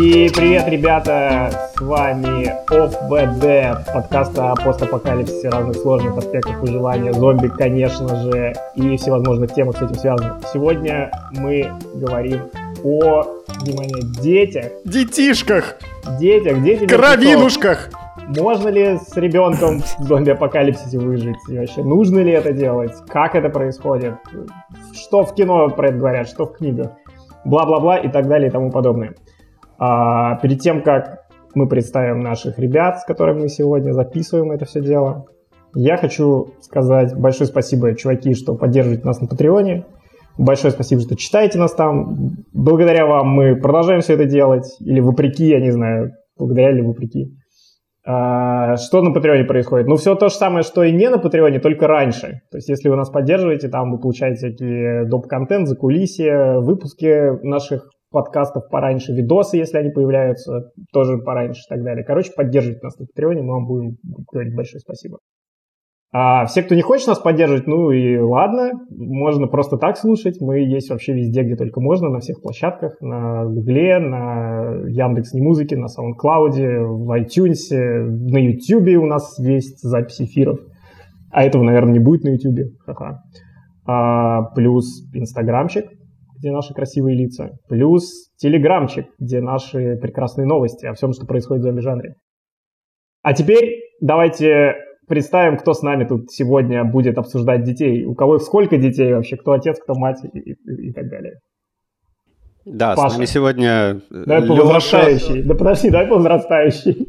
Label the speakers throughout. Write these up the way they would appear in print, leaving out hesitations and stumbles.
Speaker 1: И привет, ребята, с вами ОФБД, подкаст о постапокалипсисе, разных сложных аспектах выживания, зомби, конечно же, и всевозможных темах с этим связанных. Сегодня мы говорим о, внимание, детях.
Speaker 2: Детишках!
Speaker 1: Детях,
Speaker 2: кровинушках!
Speaker 1: Можно ли с ребенком в зомби-апокалипсисе выжить? И вообще, нужно ли это делать? Как это происходит? Что в кино про это говорят, что в книгах? Бла-бла-бла и так далее и тому подобное. Перед тем, как мы представим наших ребят, с которыми мы сегодня записываем это все дело, я хочу сказать большое спасибо, чуваки, что поддерживаете нас на Патреоне. Большое спасибо, что читаете нас там. Благодаря вам мы продолжаем все это делать. Или вопреки, я не знаю, благодаря или вопреки. Что на Патреоне происходит? Ну, все то же самое, что и не на Патреоне, только раньше. То есть, если вы нас поддерживаете, там вы получаете всякие доп-контент, закулисье, выпуски наших подкастов пораньше, видосы, если они появляются, тоже пораньше и так далее. Короче, поддерживайте нас на Патреоне, мы вам будем говорить большое спасибо. Все, кто не хочет нас поддерживать, ну и ладно, можно просто так слушать. Мы есть вообще везде, где только можно, на всех площадках, на Гугле, на Яндекс.Музыке, на SoundCloud, в iTunes, на YouTube у нас есть запись эфиров. А этого, наверное, не будет на YouTube. Ха-ха. Плюс Инстаграмчик, где наши красивые лица. Плюс Телеграмчик, где наши прекрасные новости о всем, что происходит в зомби-жанре. А теперь давайте представим, кто с нами тут сегодня будет обсуждать детей. У кого сколько детей вообще, кто отец, кто мать и так далее.
Speaker 2: Да,
Speaker 1: Паша.
Speaker 2: С нами сегодня
Speaker 1: Давай по возрастающей. Да подожди, давай по возрастающей.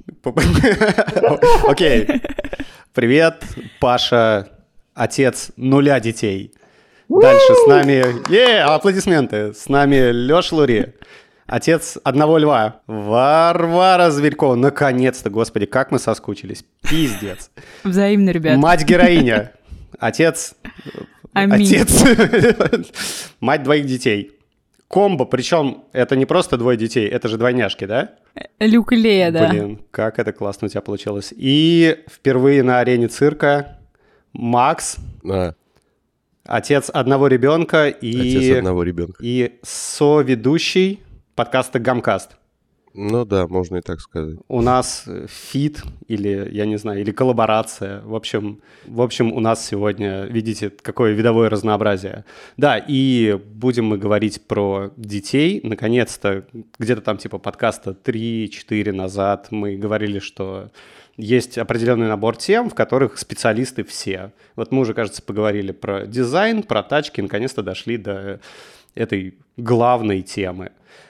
Speaker 2: Окей. Привет, Паша, отец 0 детей. Дальше с нами... аплодисменты. С нами Леша Лури, отец 1 льва. Варвара Зверькова. Наконец-то, господи, как мы соскучились. Пиздец.
Speaker 3: Взаимно, ребят.
Speaker 2: Мать-героиня. Отец...
Speaker 3: Аминь.
Speaker 2: Мать 2 детей. Комбо, причем это не просто 2 детей, это же двойняшки, да?
Speaker 3: Люк и Лея, да.
Speaker 2: Блин, как это классно у тебя получилось. И впервые на арене цирка Макс... Отец 1 ребенка и соведущий подкаста «Гамкаст».
Speaker 4: Ну да, можно и так сказать.
Speaker 2: У нас фит или, я не знаю, или коллаборация. В общем, у нас сегодня, видите, какое видовое разнообразие. Да, и будем мы говорить про детей. Наконец-то, где-то там типа подкаста 3-4 назад мы говорили, что есть определенный набор тем, в которых специалисты все. Вот мы уже, кажется, поговорили про дизайн, про тачки, наконец-то дошли до этой главной темы.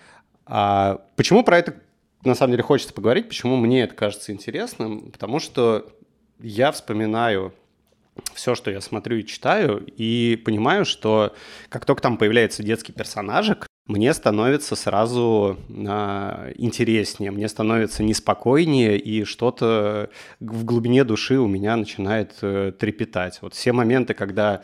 Speaker 2: А почему про это, на самом деле, хочется поговорить, почему мне это кажется интересным? Потому что я вспоминаю все, что я смотрю и читаю, и понимаю, что как только там появляется детский персонажик, мне становится сразу интереснее, мне становится неспокойнее, и что-то в глубине души у меня начинает трепетать. Вот все моменты, когда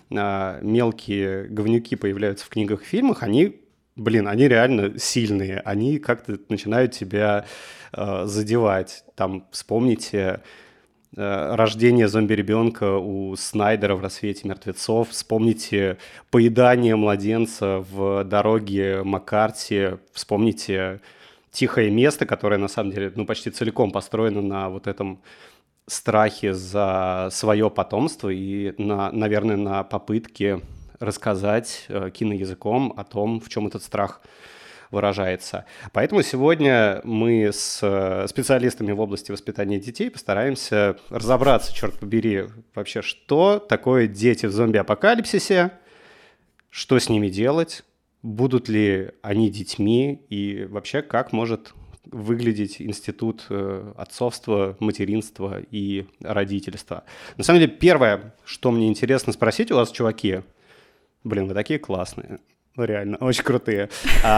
Speaker 2: мелкие говнюки появляются в книгах и фильмах, они реально сильные, они как-то начинают тебя задевать. Там, вспомните рождение зомби-ребенка у Снайдера в «Рассвете мертвецов». Вспомните поедание младенца в «Дороге Маккарти». Вспомните «Тихое место», которое, на самом деле, почти целиком построено на вот этом страхе за свое потомство и, наверное, на попытке рассказать киноязыком о том, в чем этот страх выражается. Поэтому сегодня мы с специалистами в области воспитания детей постараемся разобраться, черт побери, вообще, что такое дети в зомби-апокалипсисе, что с ними делать, будут ли они детьми и вообще как может выглядеть институт отцовства, материнства и родительства. На самом деле, первое, что мне интересно спросить у вас, чуваки, вы такие классные. Реально, очень крутые.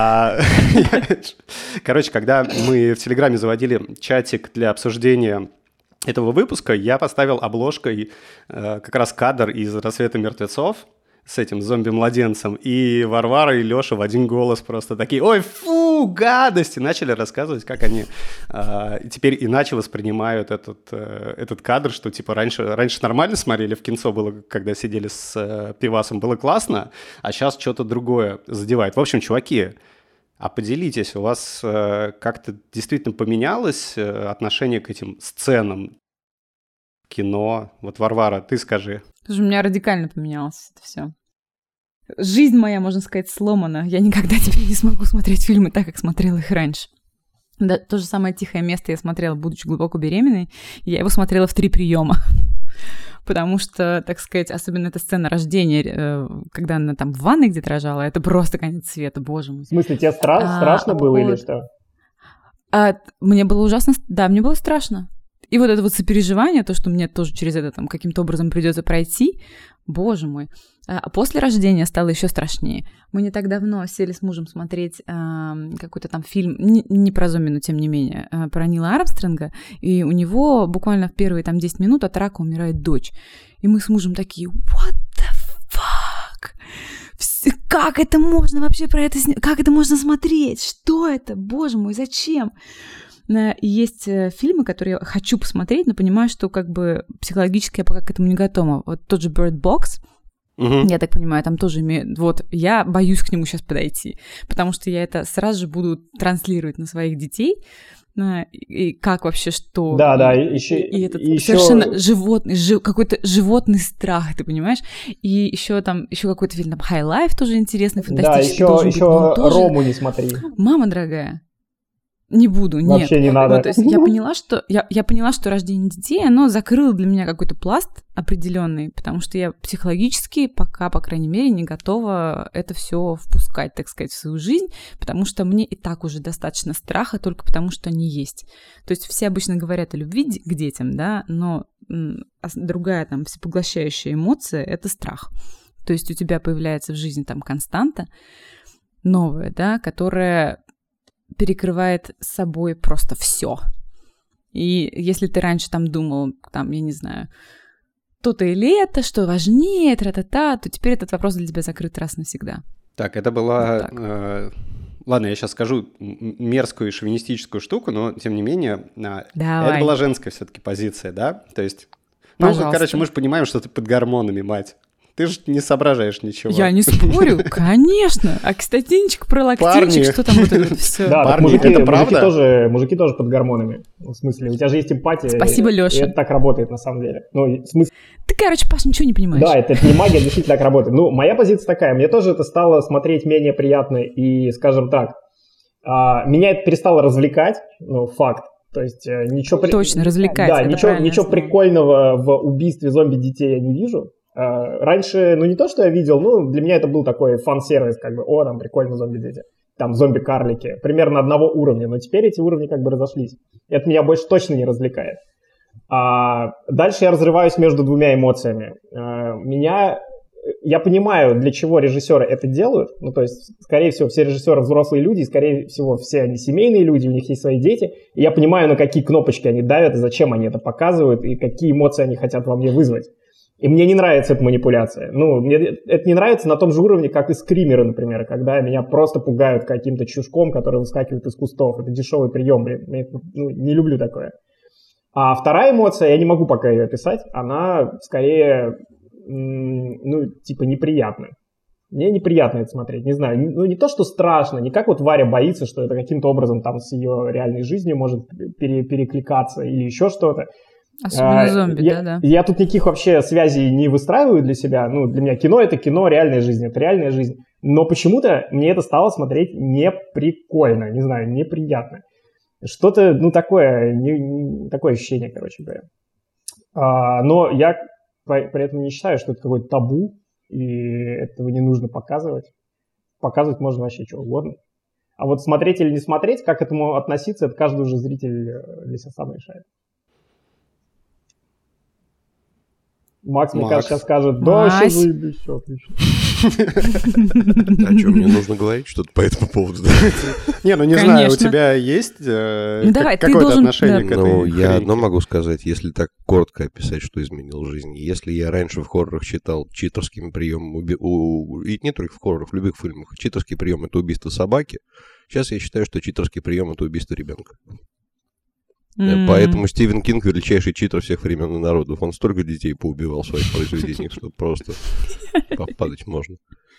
Speaker 2: Короче, когда мы в Телеграме заводили чатик для обсуждения этого выпуска, я поставил обложкой как раз кадр из «Рассвета мертвецов» с этим зомби-младенцем, и Варвара и Леша в один голос просто такие: «Ой, фу, гадости!» Начали рассказывать, как они теперь иначе воспринимают этот кадр, что типа раньше нормально смотрели в кинцо было, когда сидели с пивасом, было классно, а сейчас что-то другое задевает. В общем, чуваки, А поделитесь, у вас как-то действительно поменялось отношение к этим сценам кино? Вот, Варвара, ты скажи.
Speaker 3: Слушай, у меня радикально поменялось это все. Жизнь моя, можно сказать, сломана. Я никогда теперь не смогу смотреть фильмы так, как смотрела их раньше. Да, то же самое «Тихое место» я смотрела, будучи глубоко беременной, и я его смотрела в 3 приема. Потому что, так сказать, особенно эта сцена рождения, когда она там в ванной где-то рожала, это просто конец света, боже мой.
Speaker 1: В смысле, тебе страшно было или что?
Speaker 3: Мне было ужасно, да, мне было страшно. И вот это вот сопереживание, то, что мне тоже через это там каким-то образом придется пройти, боже мой. А после рождения стало еще страшнее. Мы не так давно сели с мужем смотреть какой-то там фильм, не про зомби, но тем не менее, про Нила Армстронга, и у него буквально в первые там 10 минут от рака умирает дочь. И мы с мужем такие, what the fuck? Как это можно вообще про это снять? Как это можно смотреть? Что это? Боже мой, зачем? Есть фильмы, которые я хочу посмотреть, но понимаю, что как бы психологически я пока к этому не готова. Вот тот же Bird Box, я так понимаю, там тоже имеет... Вот, я боюсь к нему сейчас подойти, потому что я это сразу же буду транслировать на своих детей, и как вообще, что...
Speaker 1: Да,
Speaker 3: еще совершенно животный, какой-то животный страх, ты понимаешь? И еще там, еще какой-то фильм, там, High Life тоже интересный, фантастический.
Speaker 1: Да, еще Рому не смотри.
Speaker 3: Мама дорогая. Не буду, нет.
Speaker 1: Вообще не надо.
Speaker 3: Вот, то есть я поняла, что рождение детей, оно закрыло для меня какой-то пласт определенный, потому что я психологически пока, по крайней мере, не готова это все впускать, так сказать, в свою жизнь, потому что мне и так уже достаточно страха только потому, что они есть. То есть все обычно говорят о любви к детям, да, но другая там всепоглощающая эмоция — это страх. То есть у тебя появляется в жизни там константа новая, да, которая перекрывает собой просто все. И если ты раньше там думал, там, я не знаю, то-то или это, что важнее, тра-та-та, то теперь этот вопрос для тебя закрыт раз навсегда.
Speaker 2: Так, это была... Вот ладно, я сейчас скажу мерзкую и шовинистическую штуку, но, тем не менее, это была женская все-таки позиция, да? То есть, мы же понимаем, что ты под гормонами, мать. Ты же не соображаешь ничего.
Speaker 3: Я не спорю, конечно. А кстатинчик, пролактинчик, что там вот это все.
Speaker 1: Да,
Speaker 2: парни, это правда?
Speaker 1: Мужики тоже под гормонами. В смысле, у тебя же есть эмпатия.
Speaker 3: Спасибо, Лёша.
Speaker 1: И это так работает на самом деле. Ну, в смысле...
Speaker 3: Ты, короче, Паш, ничего не понимаешь.
Speaker 1: Да, это не магия, действительно так работает. Ну, моя позиция такая. Мне тоже это стало смотреть менее приятно. И, скажем так, меня это перестало развлекать. Ну, факт. То есть ничего...
Speaker 3: Точно, развлекать.
Speaker 1: Да, ничего прикольного в убийстве зомби-детей я не вижу. Раньше, ну не то, что я видел, ну для меня это был такой фан-сервис, как бы, о, там прикольно зомби-дети, там зомби-карлики, примерно одного уровня, но теперь эти уровни как бы разошлись. Это меня больше точно не развлекает. Дальше я разрываюсь между двумя эмоциями. Я понимаю, для чего режиссеры это делают, ну то есть, скорее всего, все режиссеры взрослые люди, скорее всего, все они семейные люди, у них есть свои дети, и я понимаю, на какие кнопочки они давят, и зачем они это показывают, и какие эмоции они хотят во мне вызвать. И мне не нравится эта манипуляция. Ну, мне это не нравится на том же уровне, как и скримеры, например, когда меня просто пугают каким-то чушком, который выскакивает из кустов. Это дешевый прием, блин. Не люблю такое. А вторая эмоция, я не могу пока ее описать, она скорее, неприятная. Мне неприятно это смотреть, не знаю. Ну, не то, что страшно, не как вот Варя боится, что это каким-то образом там с ее реальной жизнью может перекликаться или еще что-то.
Speaker 3: Особенно зомби, да.
Speaker 1: Я тут никаких вообще связей не выстраиваю для себя. Ну, для меня кино — это кино, реальная жизнь — это реальная жизнь. Но почему-то мне это стало смотреть неприкольно, не знаю, неприятно. Что-то, такое ощущение, короче говоря. Но я при этом не считаю, что это какое-то табу, и этого не нужно показывать. Показывать можно вообще что угодно. А вот смотреть или не смотреть, как к этому относиться, это каждый уже зритель для себя сам решает. Макс, мне кажется, сейчас скажет, да, вообще заебись, все отлично.
Speaker 4: А что, мне нужно говорить что-то по этому поводу?
Speaker 2: Не, не знаю, у тебя есть какое-то отношение к этой
Speaker 4: Ну, я одно могу сказать, если так коротко описать, что изменил жизнь. Если я раньше в хоррорах читал читерским приемом, и не только в хоррорах, в любых фильмах, читерский прием — это убийство собаки, сейчас я считаю, что читерский прием — это убийство ребенка. Поэтому Стивен Кинг — величайший читер всех времен и народов. Он столько детей поубивал в своих произведениях, что просто попадать можно.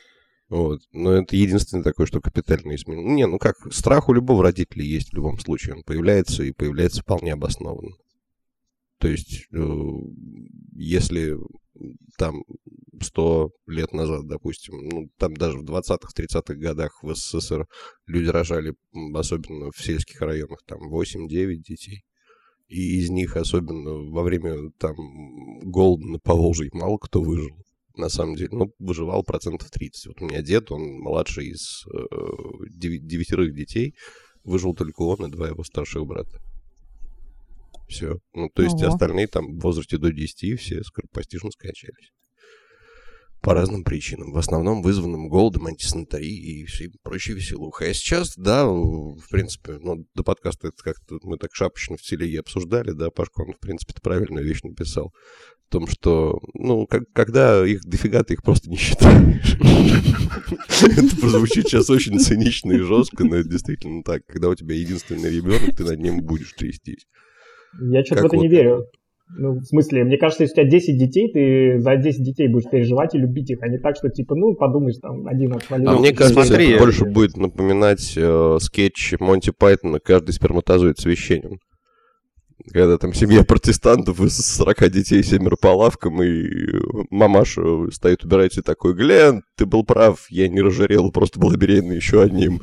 Speaker 4: Вот. Но это единственное такое, что капитально изменило. Не, ну как, страх у любого родителя есть в любом случае. Он появляется и появляется вполне обоснованно. То есть, если там 100 лет назад, допустим, ну там даже в 20-х, 30-х годах в СССР люди рожали, особенно в сельских районах, там 8-9 детей. И из них, особенно во время там голода на Поволжье, мало кто выжил. На самом деле, ну, выживал 30%. Вот у меня дед, он младший из 9 детей, выжил только он и 2 его старших брата. Все. Ну, то есть остальные там в возрасте до 10 все скоропостижно скончались. По разным причинам. В основном вызванным голодом, антисанитарией и всей прочей веселухой. А сейчас, да, в принципе, ну, до подкаста это как-то мы так шапочно в телеге обсуждали, да, Пашка, он, в принципе, правильную вещь написал. В том, что, ну, когда их дофига, ты их просто не считаешь. Это прозвучит сейчас очень цинично и жестко, но это действительно так. Когда у тебя единственный ребенок, ты над ним будешь трястись.
Speaker 1: Я что-то в это не верю. Ну, в смысле, мне кажется, если у тебя 10 детей, ты за 10 детей будешь переживать и любить их, а не так, что типа, ну, подумаешь, там, один отвалил.
Speaker 4: А мне кажется, это больше будет напоминать скетч Монти Пайтона «Каждый сперматозоид священен». Когда там семья протестантов из 40 детей, 7 по лавкам, и мамаша стоит убирать и такой: «Глен, ты был прав, я не разжирел, просто была беременна еще одним».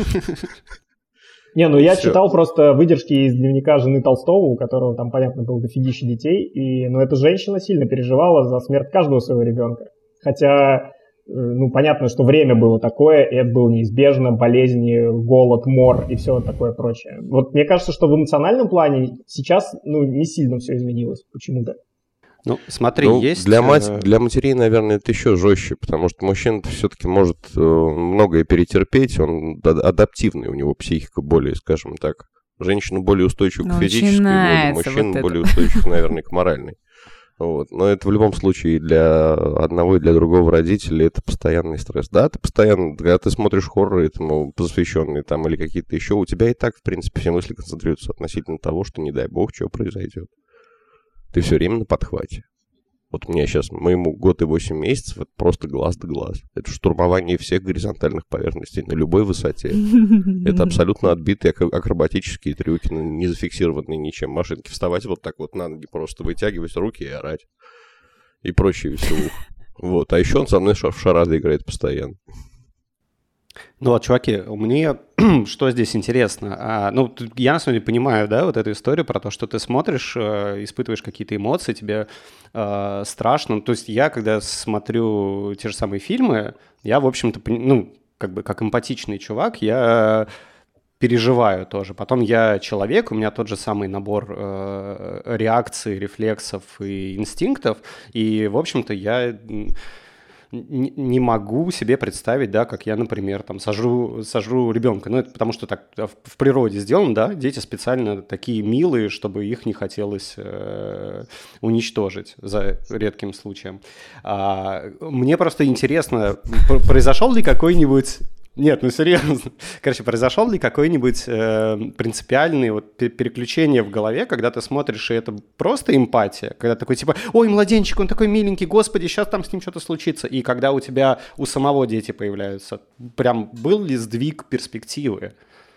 Speaker 1: Не, ну я читал просто выдержки из дневника жены Толстого, у которого там, понятно, было дофигища детей, но эта женщина сильно переживала за смерть каждого своего ребенка. Хотя, ну, понятно, что время было такое, и это было неизбежно, болезни, голод, мор и все такое прочее. Вот мне кажется, что в эмоциональном плане сейчас, ну, не сильно все изменилось почему-то.
Speaker 2: Ну, смотри,
Speaker 4: ну,
Speaker 2: есть...
Speaker 4: Для матерей, наверное, это еще жестче, потому что мужчина все-таки может многое перетерпеть, он адаптивный, у него психика более, скажем так. Женщина более устойчива к физической боли, мужчина вот более устойчив, наверное, к моральной. Вот. Но это в любом случае для одного и для другого родителя это постоянный стресс. Да, ты постоянно, когда ты смотришь хорроры, этому посвященные там или какие-то еще, у тебя и так, в принципе, все мысли концентрируются относительно того, что, не дай бог, что произойдет. Ты все время на подхвате. Вот у меня сейчас, моему 1 год и 8 месяцев, это просто глаз да глаз. Это штурмование всех горизонтальных поверхностей на любой высоте. Это абсолютно отбитые акробатические трюки, не зафиксированные ничем машинки. Вставать вот так вот на ноги, просто вытягивать руки и орать. И прочее веселух. Вот. А еще он со мной в шарады играет постоянно.
Speaker 2: Ну вот, чуваки, мне что здесь интересно? Ну, я на самом деле понимаю, да, вот эту историю про то, что ты смотришь, испытываешь какие-то эмоции, тебе страшно. То есть я, когда смотрю те же самые фильмы, я, в общем-то, ну, как бы как эмпатичный чувак, я переживаю тоже. Потом я человек, у меня тот же самый набор реакций, рефлексов и инстинктов, и, в общем-то, я... не могу себе представить, да, как я, например, там сажу ребенка. Ну, это потому что так в природе сделано, да, дети специально такие милые, чтобы их не хотелось уничтожить за редким случаем. Мне просто интересно, произошел ли какой-нибудь... Нет, ну серьезно. Короче, произошел ли какой-нибудь принципиальный вот переключение в голове, когда ты смотришь, и это просто эмпатия, когда такой типа: ой, младенчик, он такой миленький, господи, сейчас там с ним что-то случится. И когда у тебя у самого дети появляются, прям был ли сдвиг перспективы?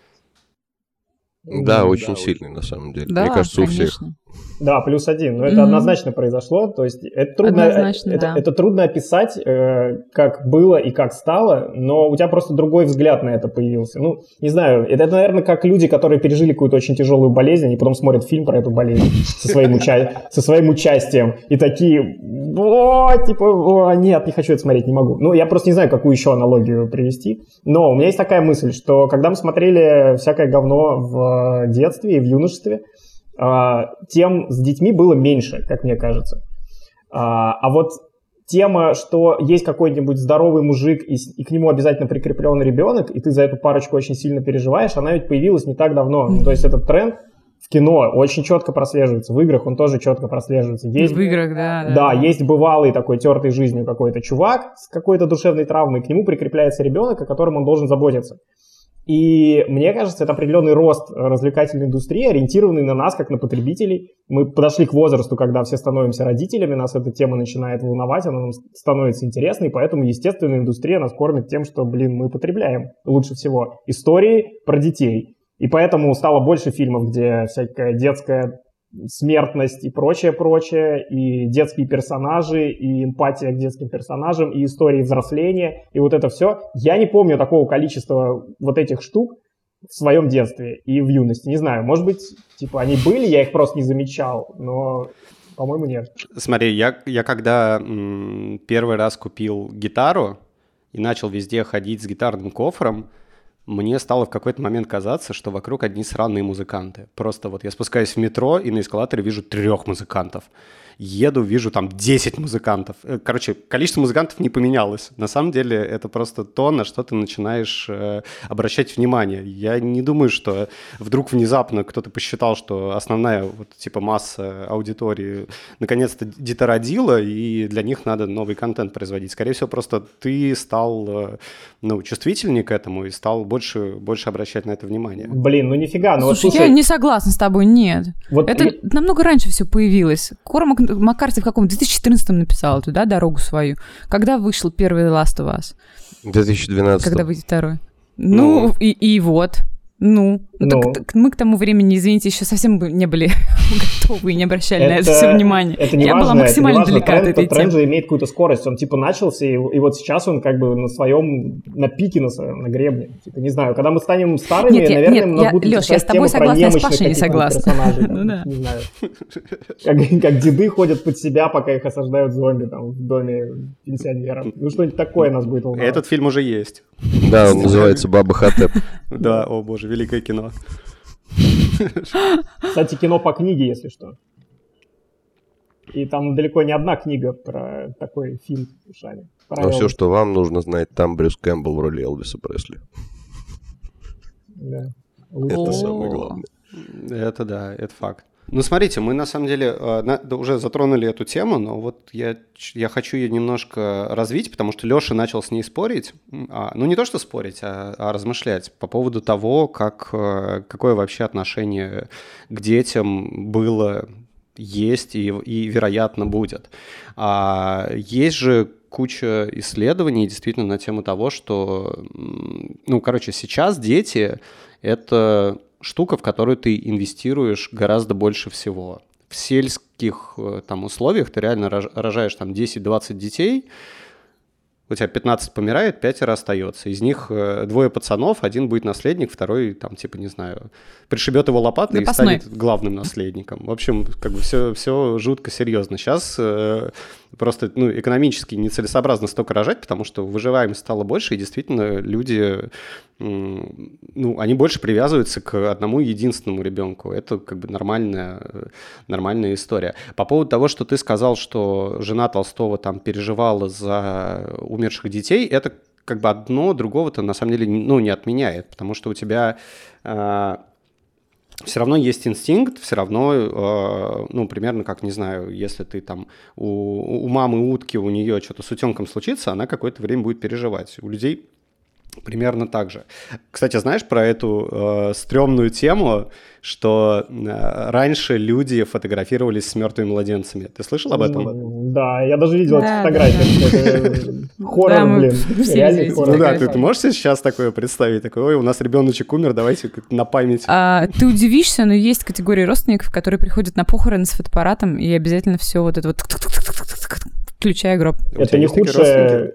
Speaker 4: Да, очень сильный на самом деле.
Speaker 3: Да,
Speaker 4: мне кажется,
Speaker 3: конечно.
Speaker 4: у всех.
Speaker 1: Да, +1. Но это однозначно произошло. То есть это трудно, это трудно описать, как было и как стало, но у тебя просто другой взгляд на это появился. Ну, не знаю, это, наверное, как люди, которые пережили какую-то очень тяжелую болезнь, и потом смотрят фильм про эту болезнь со своим участием, и такие: нет, не хочу это смотреть, не могу. Ну, я просто не знаю, какую еще аналогию привести, но у меня есть такая мысль, что когда мы смотрели всякое говно в детстве и в юношестве, тем с детьми было меньше, как мне кажется. А вот тема, что есть какой-нибудь здоровый мужик, и к нему обязательно прикреплен ребенок, и ты за эту парочку очень сильно переживаешь, она ведь появилась не так давно. Ну, то есть этот тренд в кино очень четко прослеживается, в играх он тоже четко прослеживается. Есть,
Speaker 3: в играх, да.
Speaker 1: Да, есть бывалый такой тертый жизнью какой-то чувак с какой-то душевной травмой, к нему прикрепляется ребенок, о котором он должен заботиться. И мне кажется, это определенный рост развлекательной индустрии, ориентированный на нас, как на потребителей. Мы подошли к возрасту, когда все становимся родителями, нас эта тема начинает волновать, она нам становится интересной, поэтому, естественно, индустрия нас кормит тем, что, мы потребляем лучше всего истории про детей. И поэтому стало больше фильмов, где всякая детская смертность и прочее, и детские персонажи, и эмпатия к детским персонажам, и истории взросления, и вот это все. Я не помню такого количества вот этих штук в своем детстве и в юности. Не знаю, может быть, они были, я их просто не замечал, но, по-моему, нет.
Speaker 2: Смотри, я когда первый раз купил гитару и начал везде ходить с гитарным кофром, мне стало в какой-то момент казаться, что вокруг одни сраные музыканты. Просто вот я спускаюсь в метро и на эскалаторе вижу 3 музыкантов. Еду, вижу там 10 музыкантов. Короче, количество музыкантов не поменялось. На самом деле это просто то, на что ты начинаешь обращать внимание. Я не думаю, что вдруг внезапно кто-то посчитал, что основная масса аудитории наконец-то детородила, и для них надо новый контент производить. Скорее всего, просто ты стал чувствительнее к этому и стал больше обращать на это внимание.
Speaker 1: Нифига.
Speaker 3: Слушай, я не согласна с тобой, нет. Это намного раньше все появилось. Кормак Маккарти в каком? 2014-м написал эту, «Дорогу свою». Когда вышел первый Last of Us?
Speaker 4: В 2012.
Speaker 3: Когда выйдет второй? И вот. Так мы к тому времени, извините, еще совсем не были готовы и не обращали на это все внимание. Я была максимально далека от этой темы.
Speaker 1: Тренд же имеет какую-то скорость. Он начался, и вот сейчас он на пике, на гребне. Не знаю, когда мы станем старыми, наверное, у нас будет
Speaker 3: Лёш, я с тобой согласна, я с Пашей не согласна.
Speaker 1: Не знаю. Как деды ходят под себя, пока их осаждают зомби в доме пенсионеров. Что-нибудь такое нас будет волновать.
Speaker 2: Этот фильм уже есть.
Speaker 4: Да, он называется «Баба Хатеп».
Speaker 2: Да, о боже, великое кино.
Speaker 1: Кстати, кино по книге, если что. И там далеко не одна книга про такой фильм с ушами.
Speaker 4: Но все, что вам нужно знать, там Брюс Кэмпбелл в роли Элвиса Пресли.
Speaker 1: Да.
Speaker 4: Это самое главное.
Speaker 2: Это да, это факт. Смотрите, мы на самом деле уже затронули эту тему, но вот я хочу ее немножко развить, потому что Леша начал с ней спорить. Не то что спорить, а размышлять по поводу того, какое вообще отношение к детям было, есть и вероятно, будет. Есть же куча исследований действительно на тему того, что, сейчас дети — это штука, в которую ты инвестируешь гораздо больше всего. В сельских условиях ты реально рожаешь 10-20 детей, у тебя 15 помирает, 5 остается. Из них 2 пацанов, один будет наследник, второй, пришибет его лопатой и станет главным наследником. В общем, все жутко серьезно. Сейчас просто экономически нецелесообразно столько рожать, потому что выживаемость стала больше, и действительно люди, они больше привязываются к одному единственному ребенку. Это нормальная история. По поводу того, что ты сказал, что жена Толстого переживала за умерших детей, это одно другого-то на самом деле не отменяет, потому что у тебя все равно есть инстинкт, все равно, примерно как, не знаю, если ты у мамы утки, у нее что-то с утенком случится, она какое-то время будет переживать. У людей примерно так же. Кстати, знаешь про эту стрёмную тему, что раньше люди фотографировались с мертвыми младенцами? Ты слышал об этом?
Speaker 1: Да, я даже видел эти фотографии. Хоррор, реальный хоррор.
Speaker 2: Ты можешь себе сейчас такое представить? Ой, у нас ребеночек умер, давайте на память.
Speaker 3: Ты удивишься, но есть категория родственников, которые приходят на похороны с фотоаппаратом и обязательно все вот это вот включая гроб.
Speaker 1: Это не худшее...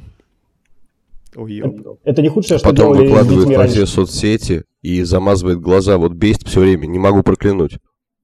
Speaker 2: Ой,
Speaker 1: это не худшее, что
Speaker 4: потом
Speaker 1: делали
Speaker 4: выкладывает
Speaker 1: с детьми
Speaker 4: во
Speaker 1: раньше.
Speaker 4: все соцсети и замазывает глаза. Вот бесит все время, не могу проклянуть.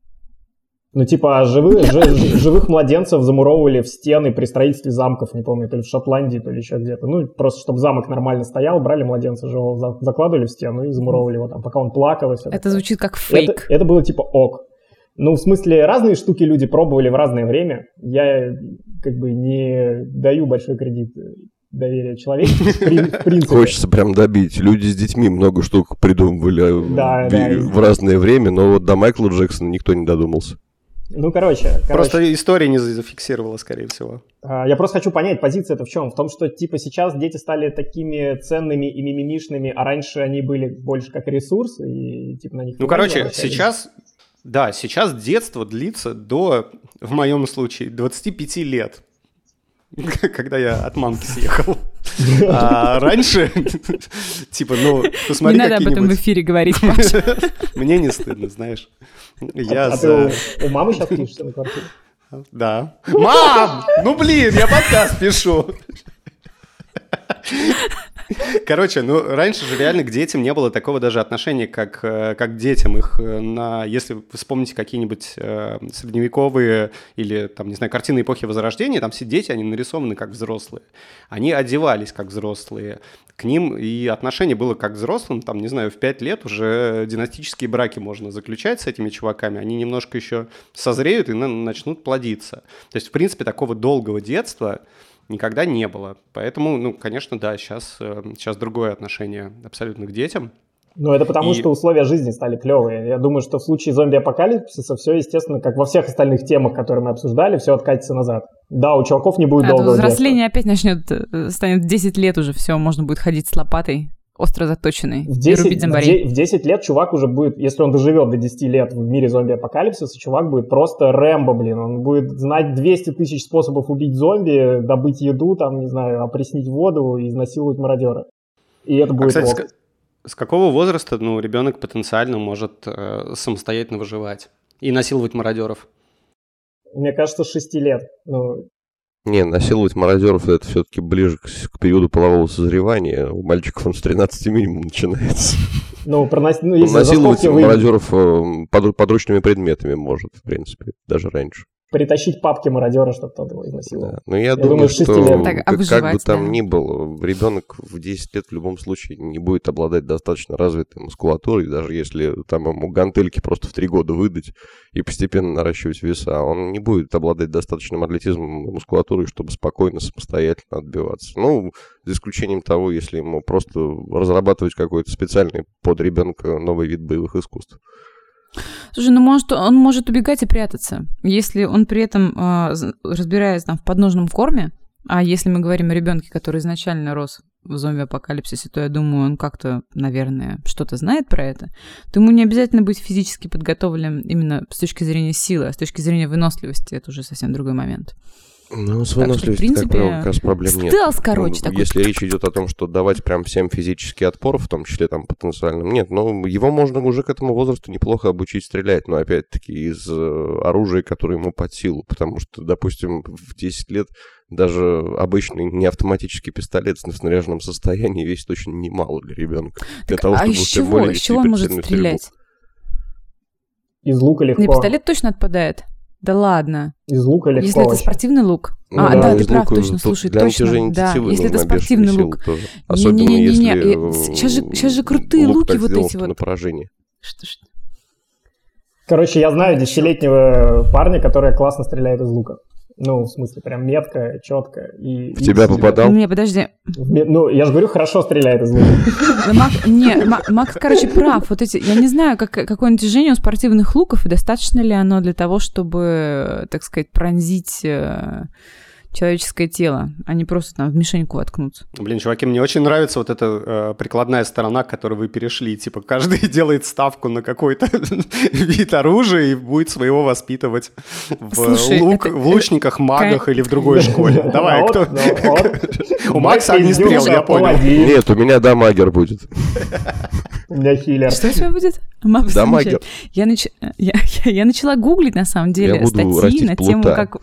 Speaker 1: Живых младенцев замуровывали в стены при строительстве замков, не помню, то ли в Шотландии, то ли еще где-то. Просто чтобы замок нормально стоял, брали младенца живого, закладывали в стену и замуровывали его там, пока он плакал.
Speaker 3: Это звучит как фейк.
Speaker 1: Это было ок. В смысле, разные штуки люди пробовали в разное время. Я не даю большой кредит доверия человеку, в принципе.
Speaker 4: Хочется прям добить. Люди с детьми много штук придумывали в разное время, но вот до Майкла Джексона никто не додумался.
Speaker 1: Ну, короче.
Speaker 2: Просто история не зафиксировала, скорее всего.
Speaker 1: Я просто хочу понять, позиция-то в чем? В том, что, типа, сейчас дети стали такими ценными и мимимишными, а раньше они были больше как ресурс, и, типа, на них...
Speaker 2: Ну, короче, сейчас детство длится до, в моем случае, 25 лет, когда я от мамки съехал. А раньше, типа, посмотри,
Speaker 3: не надо об этом в эфире говорить, Паша.
Speaker 2: Мне не стыдно, знаешь.
Speaker 1: Ты у мамы сейчас пишешься на квартире?
Speaker 2: Да. Мам! Я подкаст пишу. Короче, раньше же реально к детям не было такого даже отношения, как к детям. Если вы вспомните какие-нибудь средневековые или, там, не знаю, картины эпохи Возрождения, там все дети, они нарисованы как взрослые. Они одевались как взрослые. К ним и отношение было как к взрослым, там, не знаю, в 5 лет уже династические браки можно заключать с этими чуваками. Они немножко еще созреют и начнут плодиться. То есть, в принципе, такого долгого детства никогда не было. Поэтому, конечно, да, сейчас другое отношение абсолютно к детям.
Speaker 1: Ну, это потому, что условия жизни стали клевые. Я думаю, что в случае зомби-апокалипсиса все, естественно, как во всех остальных темах, которые мы обсуждали, все откатится назад. Да, у чуваков не будет долгого детства.
Speaker 3: Взросление опять станет 10 лет уже, все, можно будет ходить с лопатой остро заточенной и рубить зомбарей.
Speaker 1: В 10 лет чувак уже будет, если он доживет до 10 лет в мире зомби-апокалипсиса, чувак будет просто Рэмбо, Он будет знать 200 тысяч способов убить зомби, добыть еду, там, не знаю, опреснить воду и изнасиловать мародера. И это будет...
Speaker 2: Кстати, с какого возраста ребенок потенциально может самостоятельно выживать и насиловать мародеров?
Speaker 1: Мне кажется, с 6 лет.
Speaker 4: Не, насиловать мародеров это все-таки ближе к периоду полового созревания. У мальчиков он с 13 минимум начинается.
Speaker 1: Насиловать
Speaker 4: мародеров подручными предметами может, в принципе, даже раньше.
Speaker 1: Притащить папки мародера, чтобы тот его изнасиловал.
Speaker 4: Да. Но я думаю, что как бы там ни было, ребенок в 10 лет в любом случае не будет обладать достаточно развитой мускулатурой, даже если там ему гантельки просто в 3 года выдать и постепенно наращивать веса, он не будет обладать достаточным атлетизмом и мускулатурой, чтобы спокойно, самостоятельно отбиваться. За исключением того, если ему просто разрабатывать какой-то специальный под ребенка новый вид боевых искусств.
Speaker 3: Слушай, он может убегать и прятаться, если он при этом разбирается в подножном корме, а если мы говорим о ребенке, который изначально рос в зомби-апокалипсисе, то я думаю, он как-то, наверное, что-то знает про это, то ему не обязательно быть физически подготовленным именно с точки зрения силы, а с точки зрения выносливости это уже совсем другой момент.
Speaker 4: С выносливостью, как правило, как раз проблем нет.
Speaker 3: Такой.
Speaker 4: Если речь идет о том, что давать прям всем физический отпор, в том числе там потенциальным, нет, его можно уже к этому возрасту неплохо обучить стрелять, но опять-таки из оружия, которое ему под силу, потому что, допустим, в 10 лет даже обычный неавтоматический пистолет в снаряженном состоянии весит очень немало для ребенка.
Speaker 3: Из чего он может стрелять?
Speaker 1: Из лука легко.
Speaker 3: Пистолет точно отпадает. Да ладно.
Speaker 1: Из лука легко.
Speaker 3: Если это спортивный лук. Ты прав, точно, слушай, точно. Да, если это спортивный лук. Не-не-не, сейчас же крутые луки вот эти вот.
Speaker 4: На поражение.
Speaker 1: Короче, я знаю 10-летнего парня, который классно стреляет из лука. В смысле, прям метко, четко.
Speaker 4: В тебя попадал?
Speaker 3: Не, подожди.
Speaker 1: Я же говорю, хорошо стреляет из лука.
Speaker 3: Макс, короче, прав. Вот эти, я не знаю, какое натяжение у спортивных луков, и достаточно ли оно для того, чтобы, так сказать, пронзить человеческое тело, а не просто там в мишеньку воткнуться.
Speaker 2: Блин, чуваки, мне очень нравится вот эта прикладная сторона, к которой вы перешли. Типа, каждый делает ставку на какой-то вид оружия и будет своего воспитывать в лучниках, магах или в другой школе. Давай, кто? У Макса огнестрел, я понял.
Speaker 4: Нет, у меня дамагер будет.
Speaker 1: У меня хилер.
Speaker 3: Что у тебя будет?
Speaker 4: Дамагер.
Speaker 3: Я начала гуглить, на самом деле, статьи на тему,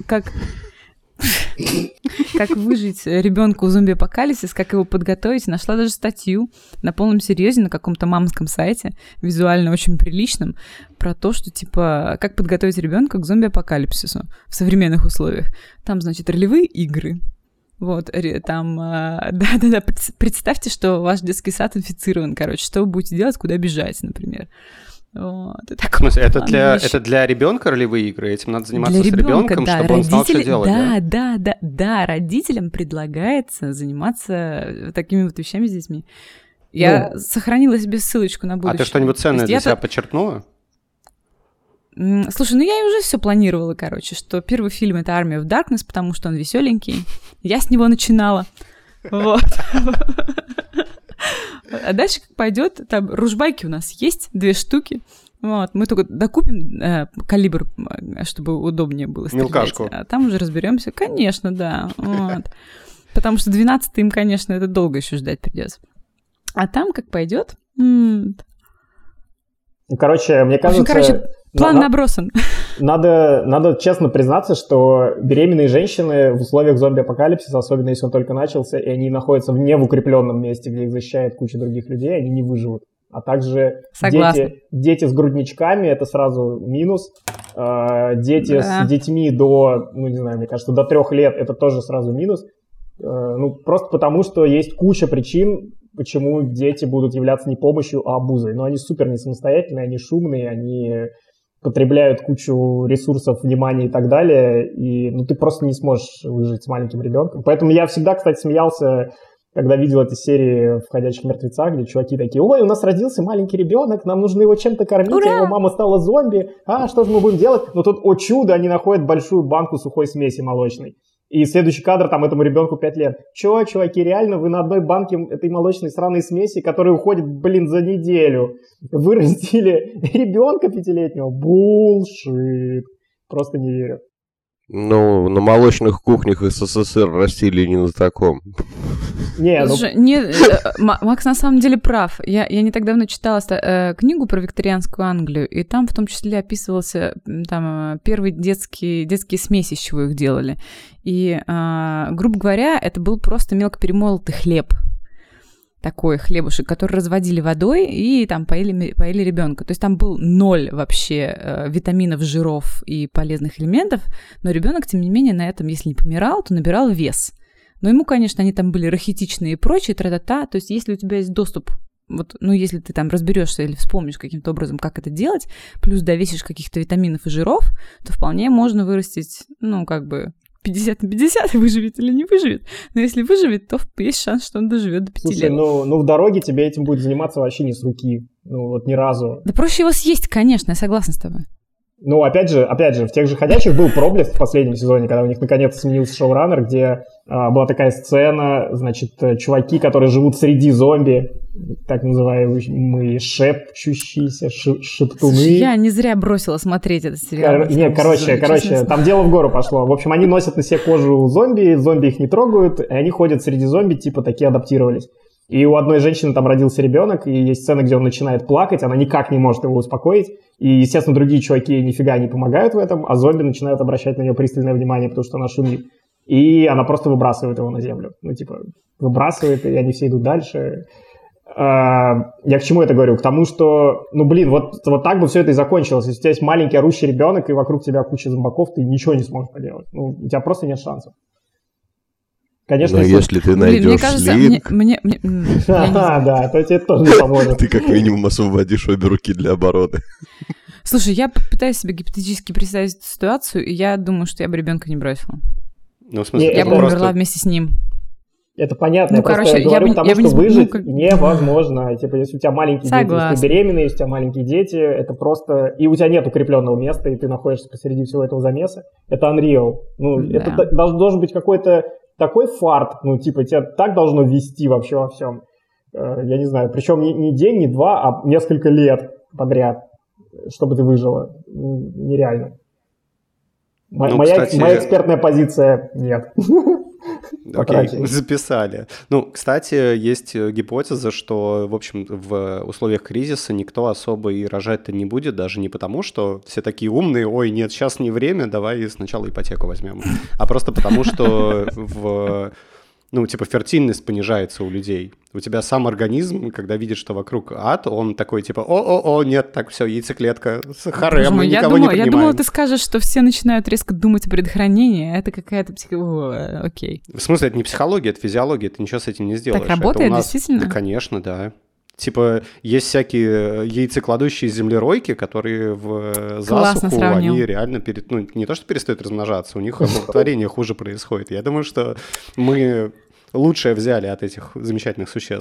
Speaker 3: как выжить ребенку в зомби-апокалипсис, как его подготовить. Нашла даже статью на полном серьезе на каком-то мамском сайте, визуально очень приличном, про то, что, типа, как подготовить ребенка к зомби-апокалипсису в современных условиях. Там, значит, ролевые игры. Вот, там, да, представьте, что ваш детский сад инфицирован, что вы будете делать, куда бежать, например. Вот,
Speaker 2: в смысле, это для ребенка ролевые игры? Этим надо заниматься с ребенком, да, чтобы он знал, что делать?
Speaker 3: Да, родителям предлагается заниматься такими вот вещами с детьми. Я сохранила себе ссылочку на будущее.
Speaker 2: А ты что-нибудь ценное для себя подчеркнула?
Speaker 3: Слушай, я и уже все планировала, короче, что первый фильм — это Army of Darkness, потому что он веселенький. Я с него начинала. Вот. А дальше как пойдет, там ружбайки у нас есть, 2 штуки. Вот. Мы только докупим калибр, чтобы удобнее было стрелять.
Speaker 2: Мелкашку.
Speaker 3: А там уже разберемся. Конечно, да. Вот. Потому что 12-й им, конечно, это долго еще ждать придется. А там как пойдет.
Speaker 1: Короче, мне кажется...
Speaker 3: План набросан.
Speaker 1: Надо честно признаться, что беременные женщины в условиях зомби-апокалипсиса, особенно если он только начался, и они находятся не в укрепленном месте, где их защищает куча других людей, они не выживут. А также дети с грудничками — это сразу минус. Дети с детьми до, не знаю, мне кажется, до 3 лет — это тоже сразу минус. Просто потому, что есть куча причин, почему дети будут являться не помощью, а обузой. Но они супер не самостоятельные, они шумные, они потребляют кучу ресурсов, внимания и так далее, и ты просто не сможешь выжить с маленьким ребенком. Поэтому я всегда, кстати, смеялся, когда видел эти серии в «Ходячих мертвецах», где чуваки такие: ой, у нас родился маленький ребенок, нам нужно его чем-то кормить, а его мама стала зомби, что же мы будем делать? Но тут, о чудо, они находят большую банку сухой смеси молочной. И следующий кадр, там этому ребенку 5 лет. Чё, чуваки, реально, вы на одной банке этой молочной сраной смеси, которая уходит, за неделю, вырастили ребенка 5-летнего? Булшит. Просто не верю.
Speaker 4: На молочных кухнях СССР растили не на таком.
Speaker 3: Макс на самом деле прав. Я не так давно читала книгу про викторианскую Англию, и там в том числе описывался первые детские смеси, из чего их делали. И, грубо говоря, это был просто мелко перемолотый хлеб. Такой хлебушек, который разводили водой и там поили ребенка. То есть там был 0 вообще витаминов, жиров и полезных элементов, но ребенок, тем не менее, на этом, если не помирал, то набирал вес. Но ему, конечно, они там были рахитичные и прочее, тра-та-та. То есть если у тебя есть доступ, если ты там разберешься или вспомнишь каким-то образом, как это делать, плюс довесишь каких-то витаминов и жиров, то вполне можно вырастить, 50 на 50, выживет или не выживет. Но если выживет, то есть шанс, что он доживет до 5 лет.
Speaker 1: Слушай, в дороге тебе этим будет заниматься вообще не с руки. Ни разу.
Speaker 3: Да проще его съесть, конечно, я согласна с тобой.
Speaker 1: Опять же, в тех же «Ходячих» был проблеск в последнем сезоне, когда у них наконец сменился шоураннер, где была такая сцена, чуваки, которые живут среди зомби, так называемые шепчущиеся, шептуны.
Speaker 3: Я не зря бросила смотреть этот сериал.
Speaker 1: Короче, там дело в гору пошло. В общем, они носят на себе кожу зомби их не трогают, и они ходят среди зомби, такие адаптировались. И у одной женщины там родился ребенок, и есть сцена, где он начинает плакать, она никак не может его успокоить. И, естественно, другие чуваки нифига не помогают в этом, а зомби начинают обращать на нее пристальное внимание, потому что она шумит. И она просто выбрасывает его на землю. Выбрасывает, и они все идут дальше. Я к чему это говорю? К тому, что, вот так бы все это и закончилось. Если у тебя есть маленький орущий ребенок, и вокруг тебя куча зомбаков, ты ничего не сможешь поделать. У тебя просто нет шансов. Конечно,
Speaker 4: если ты найдешь слинг...
Speaker 1: Да, то тебе тоже не поможет.
Speaker 4: Ты как минимум освободишь обе руки для обороны.
Speaker 3: Слушай, я пытаюсь себе гипотетически представить эту ситуацию, и я думаю, что я бы ребенка не бросила.
Speaker 2: В смысле,
Speaker 3: я бы умерла вместе с ним.
Speaker 1: Это понятно. Я говорю к тому, что выжить невозможно. Если у тебя маленькие дети, если ты беременна, если у тебя маленькие дети, это просто... И у тебя нет укрепленного места, и ты находишься посреди всего этого замеса. Это unreal. Это должен быть какой-то такой фарт, тебя так должно вести вообще во всем. Я не знаю, причем не день, не 2, а несколько лет подряд, чтобы ты выжила. Нереально. Моя экспертная позиция — нет.
Speaker 2: Окей, записали. Кстати, есть гипотеза, что, в общем, в условиях кризиса никто особо и рожать-то не будет, даже не потому, что все такие умные: ой, нет, сейчас не время, давай сначала ипотеку возьмем. А просто потому, что фертильность понижается у людей. У тебя сам организм, когда видит, что вокруг ад, он такой нет, так все, яйцеклетка, харем, мы никого не принимаем.
Speaker 3: Я думала, ты скажешь, что все начинают резко думать о предохранении, это какая-то окей.
Speaker 2: В смысле, это не психология, это физиология, ты ничего с этим не сделаешь.
Speaker 3: Так работает, действительно?
Speaker 2: Да, конечно, да. Есть всякие яйцекладущие землеройки, которые в засуху, они реально не то что перестают размножаться, у них оплодотворение хуже происходит. Я думаю, что мы лучшее взяли от этих замечательных существ.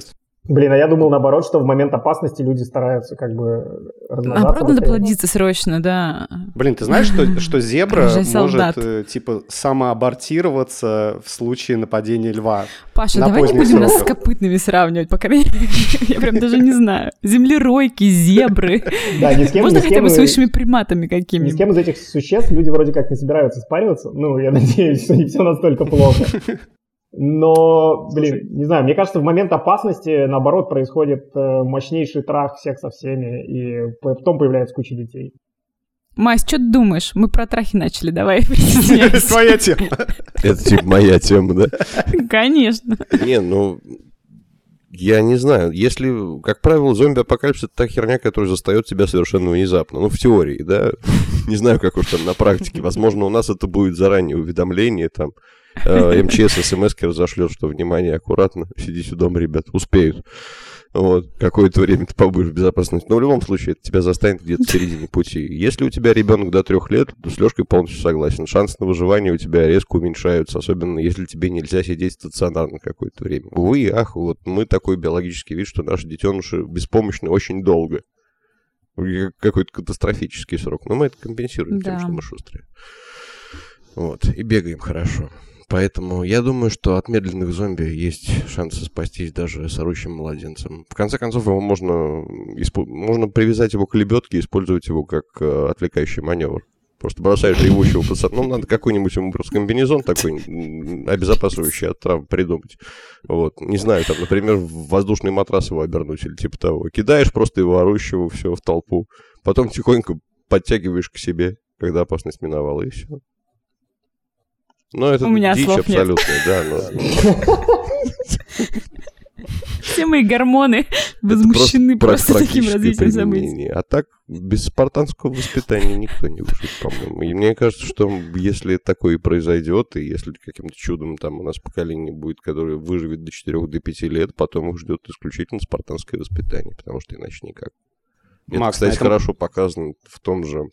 Speaker 1: Блин, а я думал наоборот, что в момент опасности люди стараются как бы размножаться.
Speaker 3: Наоборот, надо плодиться срочно, да.
Speaker 2: Блин, ты знаешь, что зебра может, типа, самоабортироваться в случае нападения льва?
Speaker 3: Паша, давай не будем нас с копытными сравнивать, по крайней мере. Я прям даже не знаю. Землеройки, зебры. Можно хотя бы с высшими приматами какими-нибудь.
Speaker 1: Ни с кем из этих существ люди вроде как не собираются спариваться. Ну, я надеюсь, что не все настолько плохо. Но, блин, не знаю, мне кажется, в момент опасности, наоборот, происходит мощнейший трах всех со всеми, и потом появляется куча детей.
Speaker 3: Мась, что ты думаешь? Мы про трахи начали, давай.
Speaker 2: Это твоя тема.
Speaker 4: Это типа моя тема, да?
Speaker 3: Конечно.
Speaker 4: Не, ну, я не знаю. Если, как правило, зомби-апокалипсис — это та херня, которая застает тебя совершенно внезапно. Ну, в теории, да. Не знаю, как уж там на практике. Возможно, у нас это будет заранее уведомление, там, МЧС смс-ки разошлет, что, внимание, аккуратно, сидите дома, ребят, успеют. Вот, какое-то время ты побудешь в безопасности. Но в любом случае, это тебя застанет где-то в середине пути. Если у тебя ребенок до 3 лет, то с Лёшкой полностью согласен. Шансы на выживание у тебя резко уменьшаются, особенно если тебе нельзя сидеть стационарно какое-то время. Увы и ах, вот мы такой биологический вид, что наши детеныши беспомощны очень долго. Какой-то катастрофический срок. Но мы это компенсируем тем, что мы шустрые. Вот, и бегаем хорошо. Поэтому я думаю, что от медленных зомби есть шансы спастись даже с орущим младенцем. В конце концов, его можно привязать его к лебедке и использовать его как отвлекающий маневр. Просто бросаешь ревущего пацана. Ну, надо какой-нибудь ему просто комбинезон такой, обезопасивающий от травм, придумать. Вот. Не знаю, там, например, в воздушный матрас его обернуть или типа того. Кидаешь просто его орущего, все, в толпу. Потом тихонько подтягиваешь к себе, когда опасность миновала, и все. Ну, это дичь абсолютная, да, но...
Speaker 3: Все мои гормоны возмущены просто таким развитием событий.
Speaker 4: А так, без спартанского воспитания никто не выживет, по-моему. И мне кажется, что если такое и произойдет, и если каким-то чудом там у нас поколение будет, которое выживет до 4-5 лет, потом их ждет исключительно спартанское воспитание, потому что иначе никак. Это, кстати, хорошо показано в том же...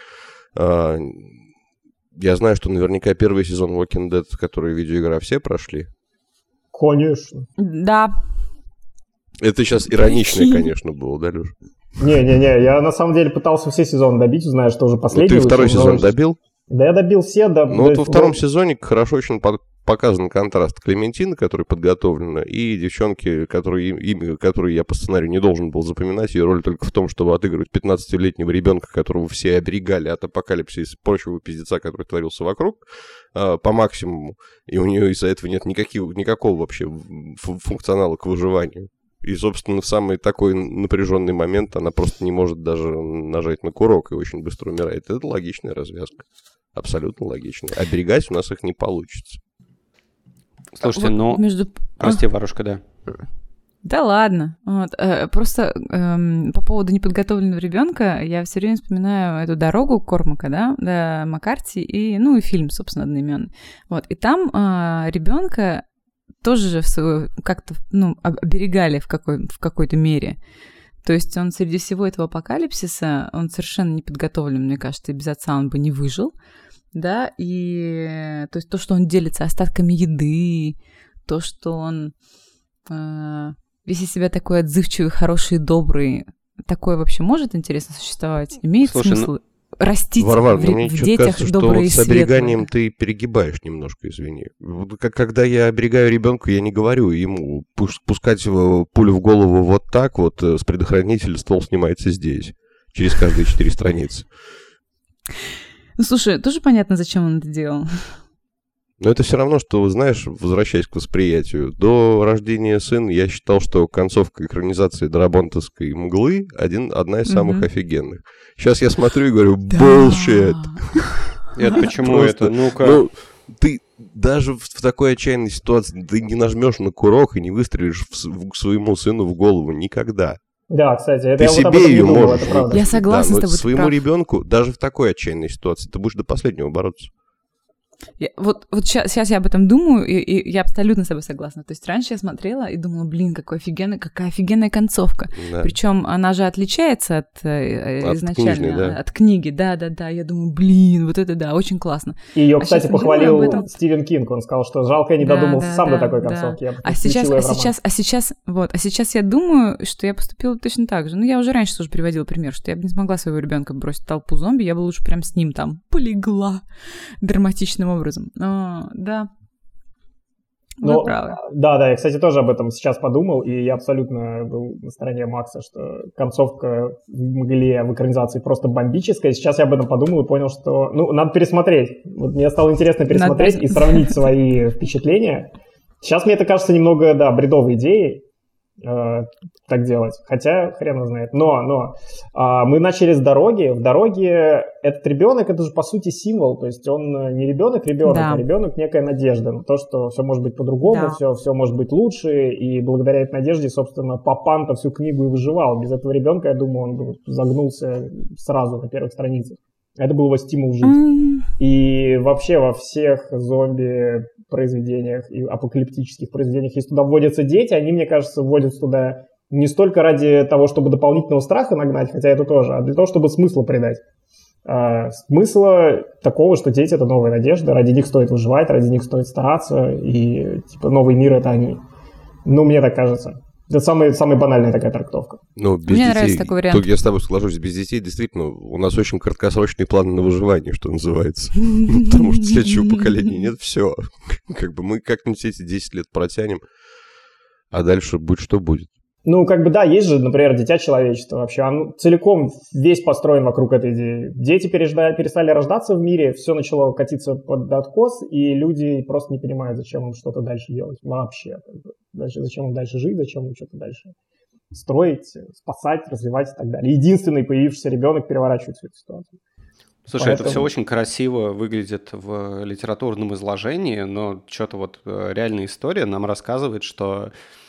Speaker 4: Я знаю, что наверняка первый сезон Walking Dead, который видеоигра, все прошли.
Speaker 1: Конечно.
Speaker 3: Да.
Speaker 4: Это сейчас ироничное, конечно, было, да, Лёш?
Speaker 1: Не-не-не, я на самом деле пытался все сезоны добить, зная, что уже последний.
Speaker 4: Ну, ты второй сезон добил?
Speaker 1: Да, я добил все.
Speaker 4: Ну, вот во втором сезоне хорошо очень показан контраст Клементины, которая подготовлена, и девчонки, которые я по сценарию не должен был запоминать. Ее роль только в том, чтобы отыгрывать 15-летнего ребенка, которого все оберегали от апокалипсиса и прочего пиздеца, который творился вокруг, по максимуму. И у нее из-за этого нет никакого вообще функционала к выживанию. И, собственно, в самый такой напряженный момент она просто не может даже нажать на курок и очень быстро умирает. Это логичная развязка. Абсолютно логичная. Оберегать у нас их не получится.
Speaker 2: Слушайте, вот прости, Варушка, да.
Speaker 3: Да ладно. Вот. Просто по поводу неподготовленного ребенка я все время вспоминаю эту дорогу Кормака, да, до Маккарти, и фильм, собственно, одноименный. Вот. И там ребенка тоже как-то оберегали в какой-то мере. То есть он среди всего этого апокалипсиса, он совершенно не подготовлен, мне кажется, и без отца он бы не выжил. Да, и то есть то, что он делится остатками еды, то, что он весь из себя такой отзывчивый, хороший, добрый, такое вообще может интересно существовать? Имеет смысл растить
Speaker 4: Варвар,
Speaker 3: в детях
Speaker 4: кажется,
Speaker 3: добрые и
Speaker 4: что вот с обереганием
Speaker 3: светлые?
Speaker 4: ты перегибаешь немножко, извини. Когда я оберегаю ребенка, я не говорю ему пускать пулю в голову вот так вот, с предохранителя ствол снимается здесь, через каждые 4 страницы.
Speaker 3: Ну, слушай, тоже понятно, зачем он это делал.
Speaker 4: Но это все равно, что, знаешь, возвращаясь к восприятию, до рождения сына я считал, что концовка экранизации Дарабонтовской «Мглы» одна из самых офигенных. Сейчас я смотрю и говорю «Bullshit».
Speaker 2: Это почему
Speaker 4: Просто,
Speaker 2: это? Ну-ка.
Speaker 4: Ну, ты даже в такой отчаянной ситуации ты не нажмешь на курок и не выстрелишь к своему сыну в голову никогда.
Speaker 1: Да, кстати, это
Speaker 4: ты
Speaker 1: я
Speaker 4: себе
Speaker 1: вот об этом
Speaker 4: ее
Speaker 1: не думал,
Speaker 4: можешь.
Speaker 1: это правда.
Speaker 3: Я согласна с тобой.
Speaker 4: Своему ребенку даже в такой отчаянной ситуации ты будешь до последнего бороться.
Speaker 3: Вот сейчас я об этом думаю, и я абсолютно с тобой согласна. То есть раньше я смотрела и думала, блин, какая офигенная концовка. Да. Причем она же отличается от изначально, книжной, да. От книги. Да. Я думаю, блин, вот это да, очень классно.
Speaker 1: И ее, кстати, похвалил Стивен Кинг. Он сказал, что жалко, я не додумался сам до такой концовки.
Speaker 3: А сейчас я думаю, что я поступила точно так же. Ну, я уже раньше тоже приводила пример, что я бы не смогла своего ребенка бросить в толпу зомби, я бы лучше прям с ним там полегла драматичным образом. Да. Вы правы.
Speaker 1: Да, я, кстати, тоже об этом сейчас подумал, и я абсолютно был на стороне Макса, что концовка в «Мгле» в экранизации просто бомбическая. Сейчас я об этом подумал и понял, что, надо пересмотреть. Вот мне стало интересно пересмотреть и сравнить свои впечатления. Сейчас мне это кажется немного, бредовой идеей так делать, хотя хрен его знает. Но мы начали с дороги. В дороге этот ребенок, это же по сути символ, то есть он не ребенок, да. А ребенок некая надежда на то, что все может быть по-другому, да. все может быть лучше, и благодаря этой надежде, собственно, Папан-то всю книгу и выживал. Без этого ребенка, я думаю, он бы загнулся сразу на первых страницах. Это был его стимул жить. И вообще во всех зомби-произведениях и апокалиптических произведениях, если туда вводятся дети, они, мне кажется, вводятся туда не столько ради того, чтобы дополнительного страха нагнать, хотя это тоже, а для того, чтобы смысла придать. Смысла такого, что дети — это новая надежда, ради них стоит выживать, ради них стоит стараться, и новый мир — это они. Мне так кажется. Это самая банальная такая трактовка.
Speaker 4: Без
Speaker 3: Мне
Speaker 4: детей,
Speaker 3: нравится такой вариант.
Speaker 4: Тут я с тобой соглашусь, без детей действительно у нас очень краткосрочные планы на выживание, что называется. Потому что следующего поколения нет, все. Мы как-нибудь эти 10 лет протянем, а дальше будь что будет.
Speaker 1: Есть же, например, дитя человечества вообще. Он целиком весь построен вокруг этой идеи. Дети перестали рождаться в мире, все начало катиться под откос, и люди просто не понимают, зачем им что-то дальше делать вообще. Зачем им дальше жить, зачем им что-то дальше строить, спасать, развивать и так далее. Единственный появившийся ребенок переворачивает всю эту ситуацию.
Speaker 2: Слушай, это все очень красиво выглядит в литературном изложении, но что-то реальная история нам рассказывает, что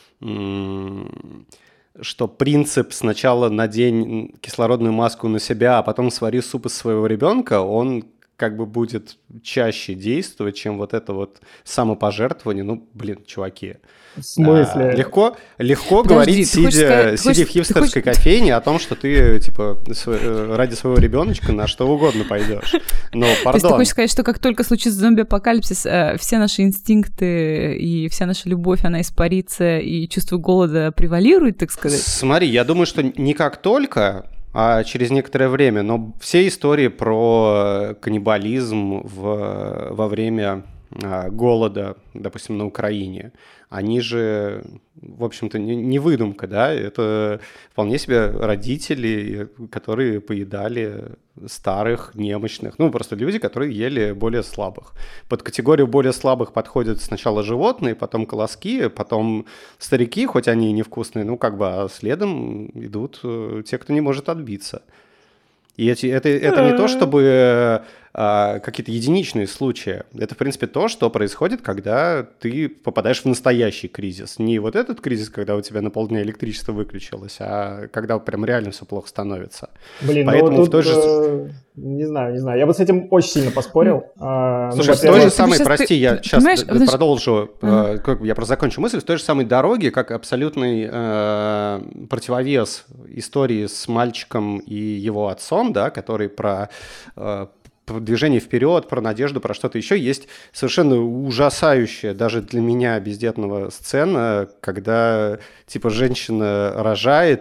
Speaker 2: принцип сначала надень кислородную маску на себя, а потом свари суп из своего ребенка, он будет чаще действовать, чем это самопожертвование. Чуваки.
Speaker 1: В смысле?
Speaker 2: Легко говорить, сидя в хипстерской кофейне, о том, что ты, ради своего ребеночка на что угодно пойдешь. Но, пардон.
Speaker 3: То есть ты хочешь сказать, что как только случится зомби-апокалипсис, все наши инстинкты и вся наша любовь, она испарится, и чувство голода превалирует, так сказать?
Speaker 2: Смотри, я думаю, что не как только, а через некоторое время. Но все истории про каннибализм во время голода, допустим, на Украине, они же, в общем-то, не выдумка, да? Это вполне себе родители, которые поедали старых, немощных, просто люди, которые ели более слабых. Под категорию более слабых подходят сначала животные, потом колоски, потом старики, хоть они и невкусные, а следом идут те, кто не может отбиться. И это не то, чтобы какие-то единичные случаи. Это, в принципе, то, что происходит, когда ты попадаешь в настоящий кризис. Не этот кризис, когда у тебя на полдня электричество выключилось, а когда прям реально все плохо становится.
Speaker 1: Поэтому тут, не знаю. Я бы с этим очень сильно поспорил.
Speaker 2: Слушай, в той же самой, прости, я сейчас продолжу, я просто закончу мысль, в той же самой дороге, как абсолютный противовес истории с мальчиком и его отцом, да, который про движение вперед, про надежду, про что-то еще, есть совершенно ужасающая даже для меня бездетного сцена, когда женщина рожает,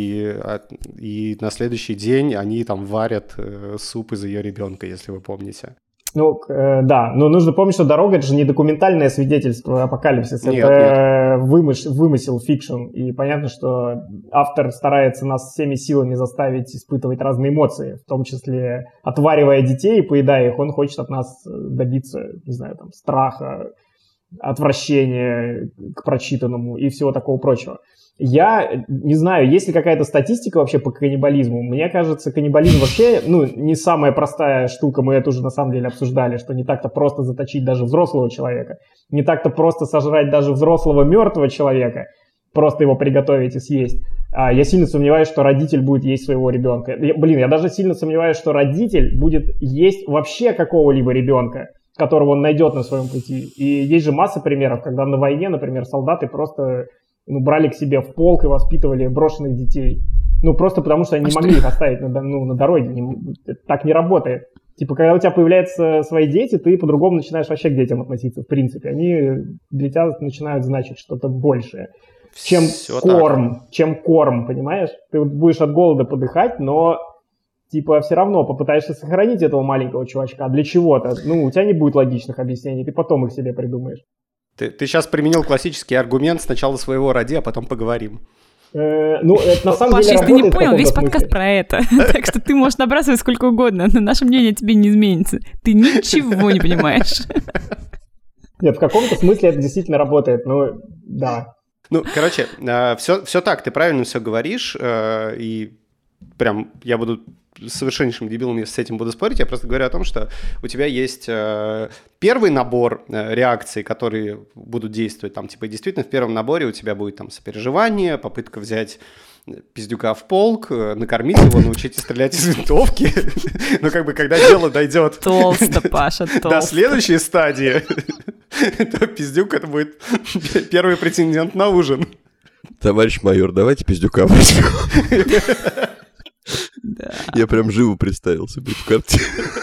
Speaker 2: и на следующий день они там варят суп из ее ребенка, если вы помните.
Speaker 1: Да, но нужно помнить, что «Дорога» — это же не документальное свидетельство апокалипсиса, это вымысел, фикшн, и понятно, что автор старается нас всеми силами заставить испытывать разные эмоции, в том числе отваривая детей и поедая их, он хочет от нас добиться, страха, отвращения к прочитанному и всего такого прочего. Я не знаю, есть ли какая-то статистика вообще по каннибализму. Мне кажется, каннибализм вообще, не самая простая штука. Мы это уже на самом деле обсуждали, что не так-то просто заточить даже взрослого человека. Не так-то просто сожрать даже взрослого мертвого человека. Просто его приготовить и съесть. Я сильно сомневаюсь, что родитель будет есть своего ребенка. Я даже сильно сомневаюсь, что родитель будет есть вообще какого-либо ребенка. которого он найдет на своем пути. И есть же масса примеров, когда на войне, например, солдаты просто брали к себе в полк и воспитывали брошенных детей. Просто потому что они не могли их оставить на дороге. Так не работает. Типа, когда у тебя появляются свои дети, ты по-другому начинаешь вообще к детям относиться, в принципе. Они для тебя начинают значить что-то большее, чем корм, понимаешь? Ты будешь от голода подыхать, но типа все равно попытаешься сохранить этого маленького чувачка для чего-то. У тебя не будет логичных объяснений, ты потом их себе придумаешь.
Speaker 2: Ты сейчас применил классический аргумент: сначала своего роди, а потом поговорим.
Speaker 1: Это на самом
Speaker 3: Паша,
Speaker 1: деле
Speaker 3: если ты не понял, весь подкаст про это. Так что ты можешь набрасывать сколько угодно, но наше мнение тебе не изменится. Ты ничего не понимаешь.
Speaker 1: Нет, в каком-то смысле это действительно работает, да.
Speaker 2: Короче, все так, ты правильно все говоришь, и прям я буду совершеннейшим дебилом, если с этим буду спорить. Я просто говорю о том, что у тебя есть первый набор реакций, которые будут действовать. Там, типа, действительно, в первом наборе у тебя будет там сопереживание, попытка взять пиздюка в полк, накормить его, научить стрелять из винтовки. Но как бы, когда дело дойдет до следующей стадии, то пиздюк — это будет первый претендент на ужин.
Speaker 4: Товарищ майор, давайте пиздюка возьмем.
Speaker 3: Да.
Speaker 4: Я прям живо представил себе эту картину.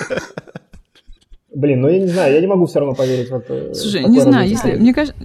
Speaker 1: Блин, я не знаю, я не могу все равно поверить в это.
Speaker 3: Слушай, не знаю, если, мне кажется,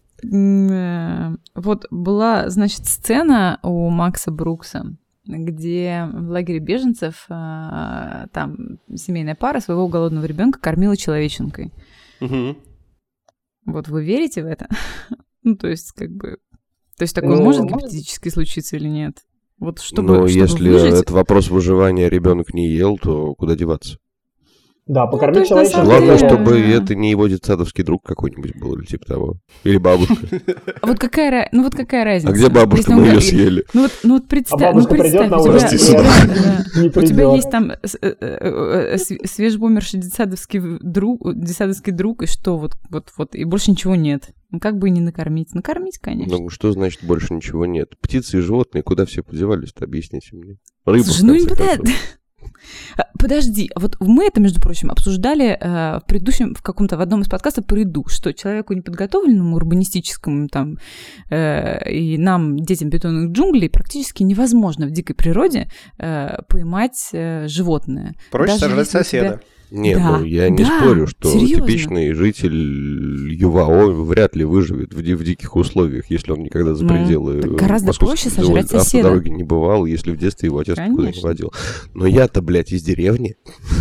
Speaker 3: вот была, значит, сцена у Макса Брукса, где в лагере беженцев там семейная пара своего голодного ребенка кормила человеченкой.
Speaker 2: Угу.
Speaker 3: Вот вы верите в это? То есть, такое может гипотетически случиться или нет? Вот чтобы
Speaker 4: если
Speaker 3: выжить...
Speaker 4: это вопрос выживания, ребенок не ел, то куда деваться?
Speaker 1: Да, покормить человека.
Speaker 4: Главное, чтобы это не его детсадовский друг какой-нибудь был, или типа того. Или бабушка.
Speaker 3: Вот какая разница?
Speaker 4: А где бабушка? Мы ее съели.
Speaker 1: Представь. А бабушка придет на ужин.
Speaker 3: У тебя есть там свежеумерший детсадовский друг, и что? Вот, и больше ничего нет. Как бы и не накормить? Накормить, конечно.
Speaker 4: Что значит больше ничего нет? Птицы и животные, куда все подевались-то? Объясните мне. Рыба,
Speaker 3: слушай, подожди, вот мы это, между прочим, обсуждали в одном из подкастов про еду, что человеку неподготовленному, урбанистическому там, и нам, детям бетонных джунглей, практически невозможно в дикой природе поймать животное.
Speaker 2: Проще сожрать соседа.
Speaker 4: Нет, я не спорю, что серьезно? Типичный житель ЮВАО вряд ли выживет в диких условиях, если он никогда за пределы
Speaker 3: гораздо проще сожрать соседа.
Speaker 4: Автодороги не бывал, если в детстве его отец никуда не водил. Но я-то, блядь, из деревни.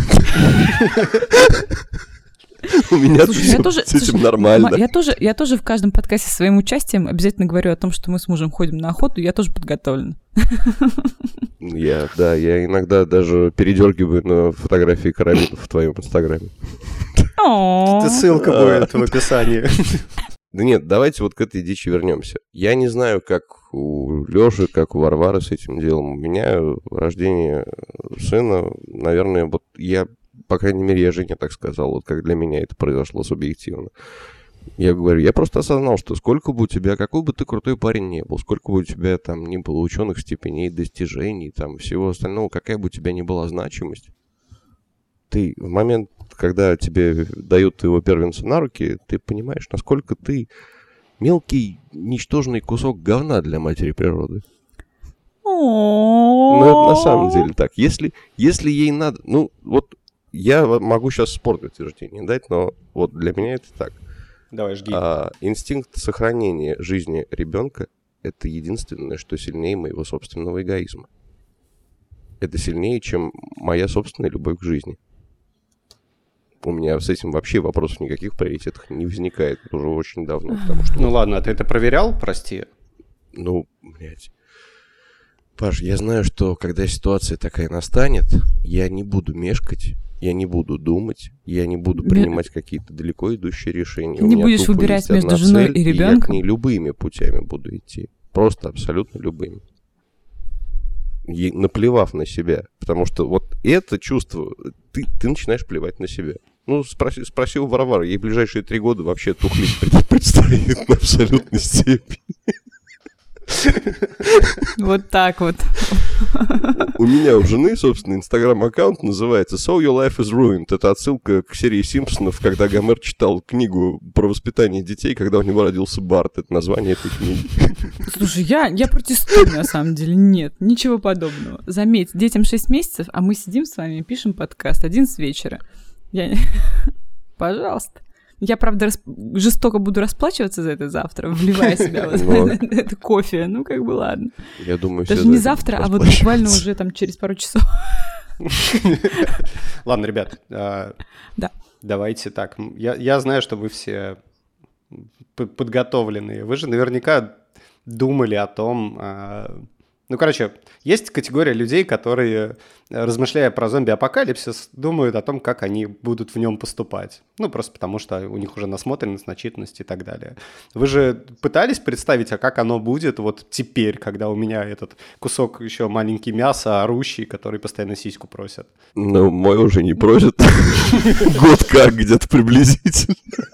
Speaker 4: У меня с этим нормально.
Speaker 3: Я тоже в каждом подкасте своим участием обязательно говорю о том, что мы с мужем ходим на охоту, я тоже подготовлена.
Speaker 4: Я иногда даже передергиваю на фотографии карабинов в твоем инстаграме.
Speaker 2: Ссылка будет в описании.
Speaker 4: Да нет, давайте вот к этой дичи вернемся. Я не знаю, как у Лёши, как у Варвары с этим делом. У меня рождение сына, наверное, вот я, по крайней мере, я Жене так сказал, вот как для меня это произошло субъективно. Я говорю, я просто осознал, что сколько бы у тебя, какой бы ты крутой парень не был, сколько бы у тебя там ни было ученых степеней, достижений, там всего остального, какая бы у тебя ни была значимость, ты в момент, когда тебе дают твоего первенца на руки, ты понимаешь, насколько ты мелкий, ничтожный кусок говна для матери природы. Ну, это на самом деле так. Если ей надо... вот я могу сейчас спорное утверждение дать, но вот для меня это так.
Speaker 2: Давай, жги.
Speaker 4: Инстинкт сохранения жизни ребенка — это единственное, что сильнее моего собственного эгоизма. Это сильнее, чем моя собственная любовь к жизни. У меня с этим вообще вопросов никаких в приоритетах не возникает уже очень давно, потому что...
Speaker 2: Ладно, а ты это проверял, прости?
Speaker 4: Блядь. Паш, я знаю, что когда ситуация такая настанет, я не буду мешкать, я не буду думать, я не буду принимать какие-то далеко идущие решения.
Speaker 3: Не будешь выбирать между женой и ребенком?
Speaker 4: Я к ней любыми путями буду идти. Просто абсолютно любыми. И наплевав на себя. Потому что вот это чувство, ты начинаешь плевать на себя. Спроси у Варвары, ей ближайшие 3 года вообще тухлить предстоит на абсолютной степени.
Speaker 3: Вот так вот.
Speaker 4: У меня у жены, собственно, инстаграм-аккаунт называется So Your Life is Ruined. Это отсылка к серии Симпсонов, когда Гомер читал книгу про воспитание детей, когда у него родился Барт. Это название этой книги.
Speaker 3: Слушай, я протестую, на самом деле. Нет, ничего подобного. Заметь, детям 6 месяцев, а мы сидим с вами и пишем подкаст 11 вечера. Пожалуйста. Я, правда, жестоко буду расплачиваться за это завтра, вливая себя в это кофе. Ну, как бы ладно.
Speaker 4: Я думаю,
Speaker 3: даже не завтра, а вот буквально уже там через пару часов.
Speaker 2: Ладно, ребят, давайте так. Я знаю, что вы все подготовленные. Вы же наверняка думали о том... Ну, короче, есть категория людей, которые, размышляя про зомби-апокалипсис, думают о том, как они будут в нем поступать. Ну, просто потому что у них уже насмотренность, начитанность и так далее. Вы же пытались представить, а как оно будет вот теперь, когда у меня этот кусок еще маленький мяса, орущий, который постоянно сиську просят?
Speaker 4: Ну, мой уже не просит. Год как где-то приблизительно.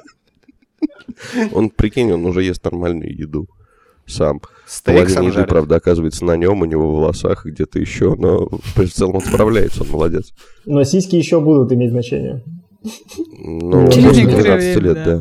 Speaker 4: Он, прикинь, он уже ест нормальную еду. Сам. Половина еды, правда, оказывается на нем, у него в волосах, где-то еще, но в целом он справляется, он молодец.
Speaker 1: Но сиськи еще будут иметь значение.
Speaker 4: Ну, после 12 лет, да.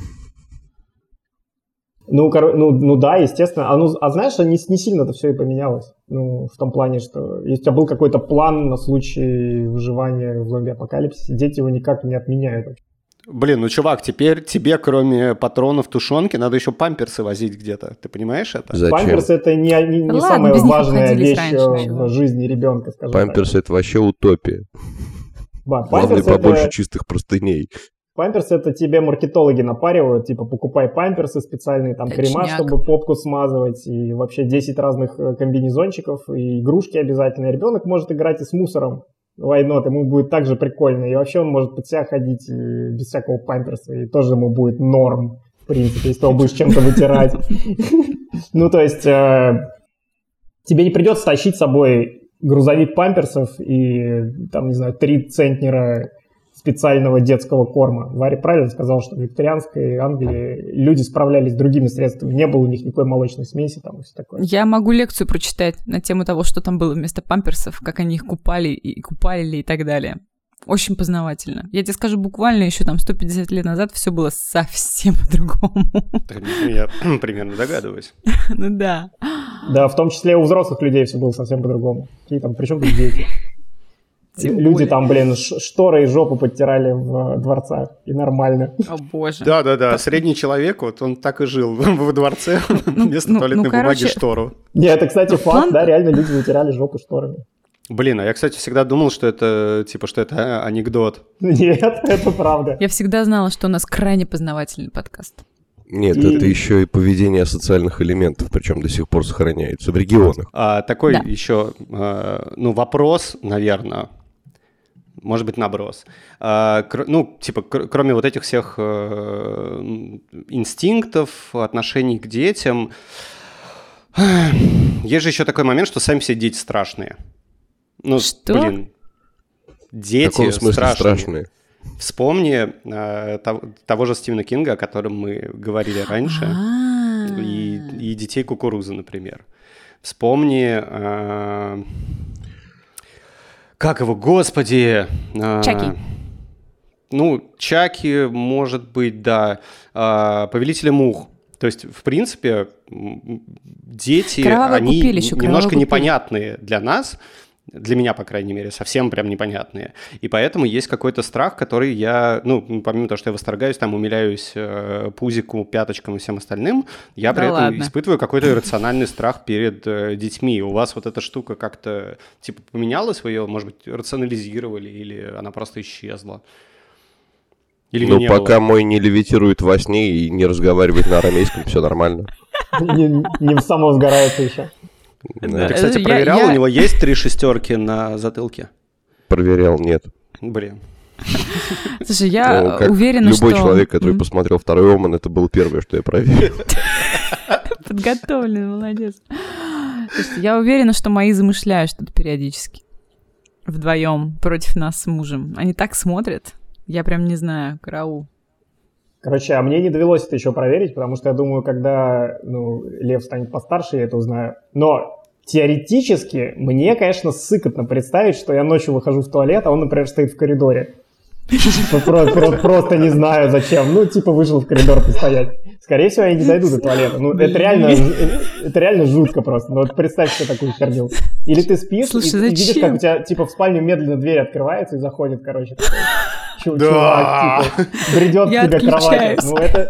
Speaker 1: Ну да, естественно. А знаешь, не сильно-то все и поменялось. Ну, в том плане, что если у тебя был какой-то план на случай выживания в зомби-апокалипсисе, дети его никак не отменяют.
Speaker 2: Блин, ну, чувак, теперь тебе, кроме патронов тушенки, надо еще памперсы возить где-то. Ты понимаешь это?
Speaker 4: Зачем?
Speaker 1: Памперсы — это не ладно, самая важная вещь в жизни ребенка, скажем так.
Speaker 4: Памперсы — это вообще утопия. Главное, побольше чистых простыней.
Speaker 1: Памперсы — это тебе маркетологи напаривают, типа, покупай памперсы, специальные там крема, чтобы попку смазывать, и вообще 10 разных комбинезончиков, и игрушки обязательно. Ребенок может играть и с мусором. Why not? Ему будет так же прикольно. И вообще он может под себя ходить и без всякого памперса. И тоже ему будет норм, в принципе, если ты будешь чем-то вытирать. Ну, то есть, тебе не придется тащить с собой грузовик памперсов и, там, не знаю, 3 центнера специального детского корма. Варя правильно сказала, что в викторианской Англии люди справлялись другими средствами. Не было у них никакой молочной смеси там и все такое.
Speaker 3: Я могу лекцию прочитать на тему того, что там было вместо памперсов, как они их купали и так далее. Очень познавательно. Я тебе скажу, буквально еще там 150 лет назад все было совсем по-другому.
Speaker 2: Я примерно догадываюсь.
Speaker 3: Ну да.
Speaker 1: Да, в том числе у взрослых людей все было совсем по-другому. Какие там, причем тут дети? Люди там, блин, шторы и жопу подтирали в дворцах, и нормально.
Speaker 3: О, боже.
Speaker 2: Да. Средний человек, вот он так и жил в дворце, вместо туалетной бумаги штору.
Speaker 1: Нет, это, кстати, факт, да, реально люди вытирали жопу шторами.
Speaker 2: Блин, а я, кстати, всегда думал, что это, типа, что это анекдот.
Speaker 1: Нет, это правда.
Speaker 3: Я всегда знала, что у нас крайне познавательный подкаст.
Speaker 4: Нет, это еще и поведение социальных элементов, причем до сих пор сохраняется в регионах.
Speaker 2: Такой еще, вопрос, наверное, может быть, наброс. Кроме вот этих всех инстинктов, отношений к детям, есть же еще такой момент, что сами все дети страшные. Ну,
Speaker 3: что?
Speaker 2: Блин, дети
Speaker 4: в каком смысле страшные?
Speaker 2: Вспомни того же Стивена Кинга, о котором мы говорили раньше, и «Детей кукурузы», например. Вспомни... Как его, господи?
Speaker 3: Чаки.
Speaker 2: Чаки, может быть, да. «Повелители мух». То есть, в принципе, дети, они немножко непонятные для нас, для меня, по крайней мере, совсем прям непонятные. И поэтому есть какой-то страх, который я, помимо того, что я восторгаюсь, там, умиляюсь пузику, пяточкам и всем остальным, я при этом испытываю какой-то иррациональный страх перед детьми. У вас вот эта штука как-то, типа, поменялась, вы ее, может быть, рационализировали, или она просто исчезла? Или
Speaker 4: пока мой не левитирует во сне и не разговаривает на арамейском, все нормально.
Speaker 1: Не самовозгорается еще.
Speaker 2: Да. Ты, кстати, проверял, у него есть 3 шестерки на затылке?
Speaker 4: Проверял, нет.
Speaker 2: Блин.
Speaker 3: Слушай, я уверена, что...
Speaker 4: Любой человек, который посмотрел «Второй Оман», это было первое, что я проверил.
Speaker 3: Подготовленный, молодец. Слушай, я уверена, что мои замышляют что-то периодически. Вдвоем против нас с мужем. Они так смотрят. Я прям не знаю, караул.
Speaker 1: Короче, а мне не довелось это еще проверить, потому что я думаю, когда Лев станет постарше, я это узнаю. Но теоретически мне, конечно, сыкотно представить, что я ночью выхожу в туалет, а он, например, стоит в коридоре. Просто не знаю зачем. Вышел в коридор постоять. Скорее всего, я не дойду до туалета. Это реально жутко просто. Вот представь себе такую херню. Или ты спишь, и видишь, как у тебя в спальню медленно дверь открывается и заходит, короче, такой чувак, бредет к тебе кровати.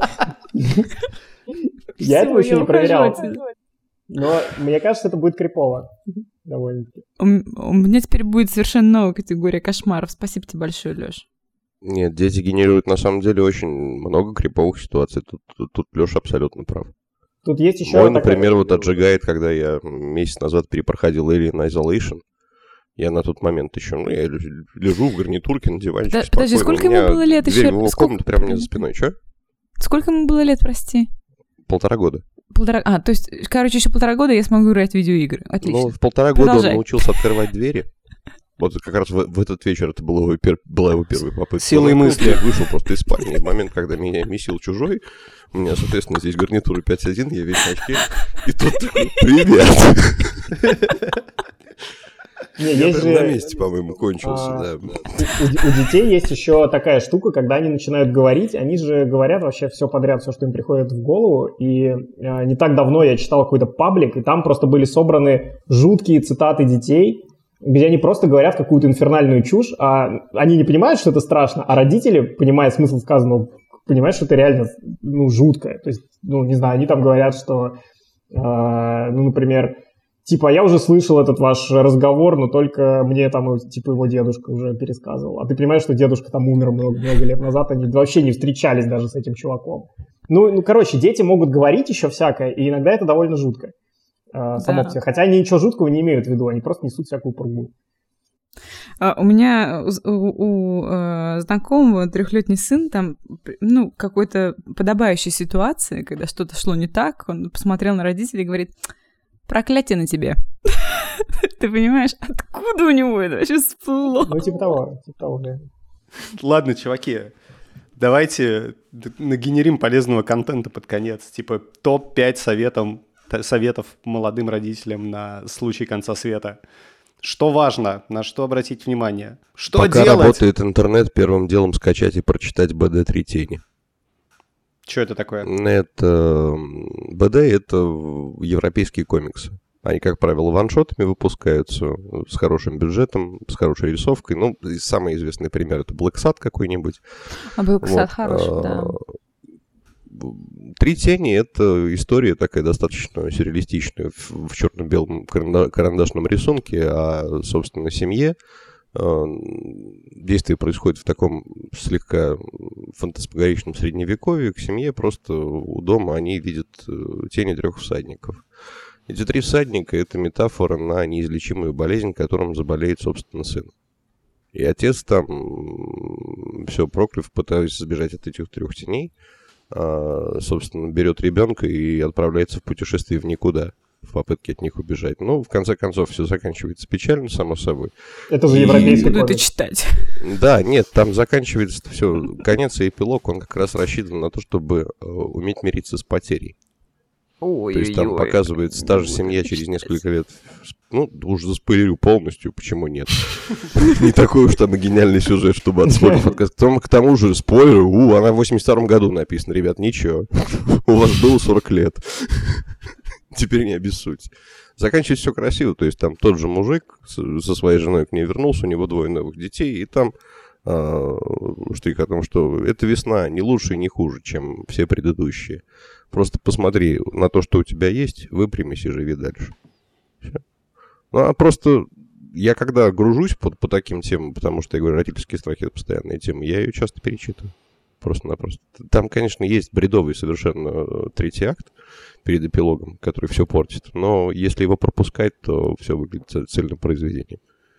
Speaker 1: Я этого еще не проверял. Но мне кажется, это будет крипово. Довольно-таки.
Speaker 3: У меня теперь будет совершенно новая категория кошмаров. Спасибо тебе большое, Лёш.
Speaker 4: Нет, дети генерируют на самом деле очень много криповых ситуаций. Тут Лёша абсолютно прав.
Speaker 1: Тут есть еще...
Speaker 4: Мой, например, отжигает, когда я месяц назад перепроходил Alien Isolation. Я на тот момент еще... я лежу в гарнитурке на диванчике спокойно.
Speaker 3: Подожди, сколько ему было лет еще?
Speaker 4: Дверь в его комнату прямо у меня за спиной. Чё?
Speaker 3: Сколько ему было лет, прости?
Speaker 4: 1,5 года.
Speaker 3: То есть, еще 1,5 года я смогу играть в видеоигры. Отлично.
Speaker 4: В 1,5 года он научился открывать двери. Вот как раз в этот вечер это была его первая попытка.
Speaker 2: Силой мысли.
Speaker 4: Я вышел просто из спальни. В момент, когда меня месил чужой, у меня, соответственно, здесь гарнитура 5.1, я весь в очке. И тут такой: привет! Я прям на месте, по-моему, кончился, да.
Speaker 1: У детей есть еще такая штука, когда они начинают говорить, они же говорят вообще все подряд, все, что им приходит в голову. И не так давно я читал какой-то паблик, и там просто были собраны жуткие цитаты детей, где они просто говорят какую-то инфернальную чушь, а они не понимают, что это страшно, а родители, понимая смысл сказанного, понимают, что это реально жутко. То есть, не знаю, они там говорят, что, например, я уже слышал этот ваш разговор, но только мне там, его дедушка уже пересказывал. А ты понимаешь, что дедушка там умер много лет назад, они вообще не встречались даже с этим чуваком. Короче, дети могут говорить еще всякое, и иногда это довольно жутко. Само все. Хотя они ничего жуткого не имеют в виду, они просто несут всякую пургу.
Speaker 3: У меня у знакомого 3-летний сын там, какой-то подобающей ситуации, когда что-то шло не так, он посмотрел на родителей и говорит: проклятие на тебе. Ты понимаешь, откуда у него это вообще всплыло?
Speaker 1: Типа того, да.
Speaker 2: Ладно, чуваки, давайте нагенерим полезного контента под конец. Топ-5 советов молодым родителям на случай конца света. Что важно? На что обратить внимание? Что
Speaker 4: Пока
Speaker 2: делать?
Speaker 4: Работает интернет, первым делом скачать и прочитать БД-3 тени.
Speaker 2: Что это такое?
Speaker 4: Это БД — это европейские комиксы. Они, как правило, ваншотами выпускаются, с хорошим бюджетом, с хорошей рисовкой. Самый известный пример — это Black Sad какой-нибудь.
Speaker 3: А Black Sad хороший, да.
Speaker 4: 3 тени — это история такая достаточно сюрреалистичная в черно-белом карандашном рисунке о, собственно, семье. Действие происходит в таком слегка фантасмагоричном средневековье. К семье просто у дома они видят тени 3 всадников. Эти 3 всадника — это метафора на неизлечимую болезнь, которым заболеет, собственно, сын. И отец там, все прокляв, пытаясь избежать от этих 3 теней, собственно, берет ребенка и отправляется в путешествие в никуда, в попытке от них убежать. В конце концов, все заканчивается печально, само собой.
Speaker 1: Это же европейский
Speaker 3: комикс. Буду это читать.
Speaker 4: Да, нет, там заканчивается все. Конец и эпилог, он как раз рассчитан на то, чтобы уметь мириться с потерей. То есть там показывается та же семья через несколько лет. Уже заспойлерю полностью, почему нет. Не такой уж там и гениальный сюжет, чтобы от спойлеров отказаться. К тому же спойлер, она в 82-м году написана, ребят, ничего. У вас было 40 лет. Теперь не обессудьте. Заканчивается все красиво, то есть там тот же мужик со своей женой к ней вернулся, у него 2 новых детей, и там штрих о том, что эта весна не лучше и не хуже, чем все предыдущие. Просто посмотри на то, что у тебя есть, выпрямись и живи дальше. Все. А просто я когда гружусь по таким темам, потому что, я говорю, родительские страхи — это постоянная тема, я ее часто перечитываю. Просто-напросто. Там, конечно, есть бредовый совершенно 3-й акт перед эпилогом, который все портит. Но если его пропускать, то все выглядит цельным произведением.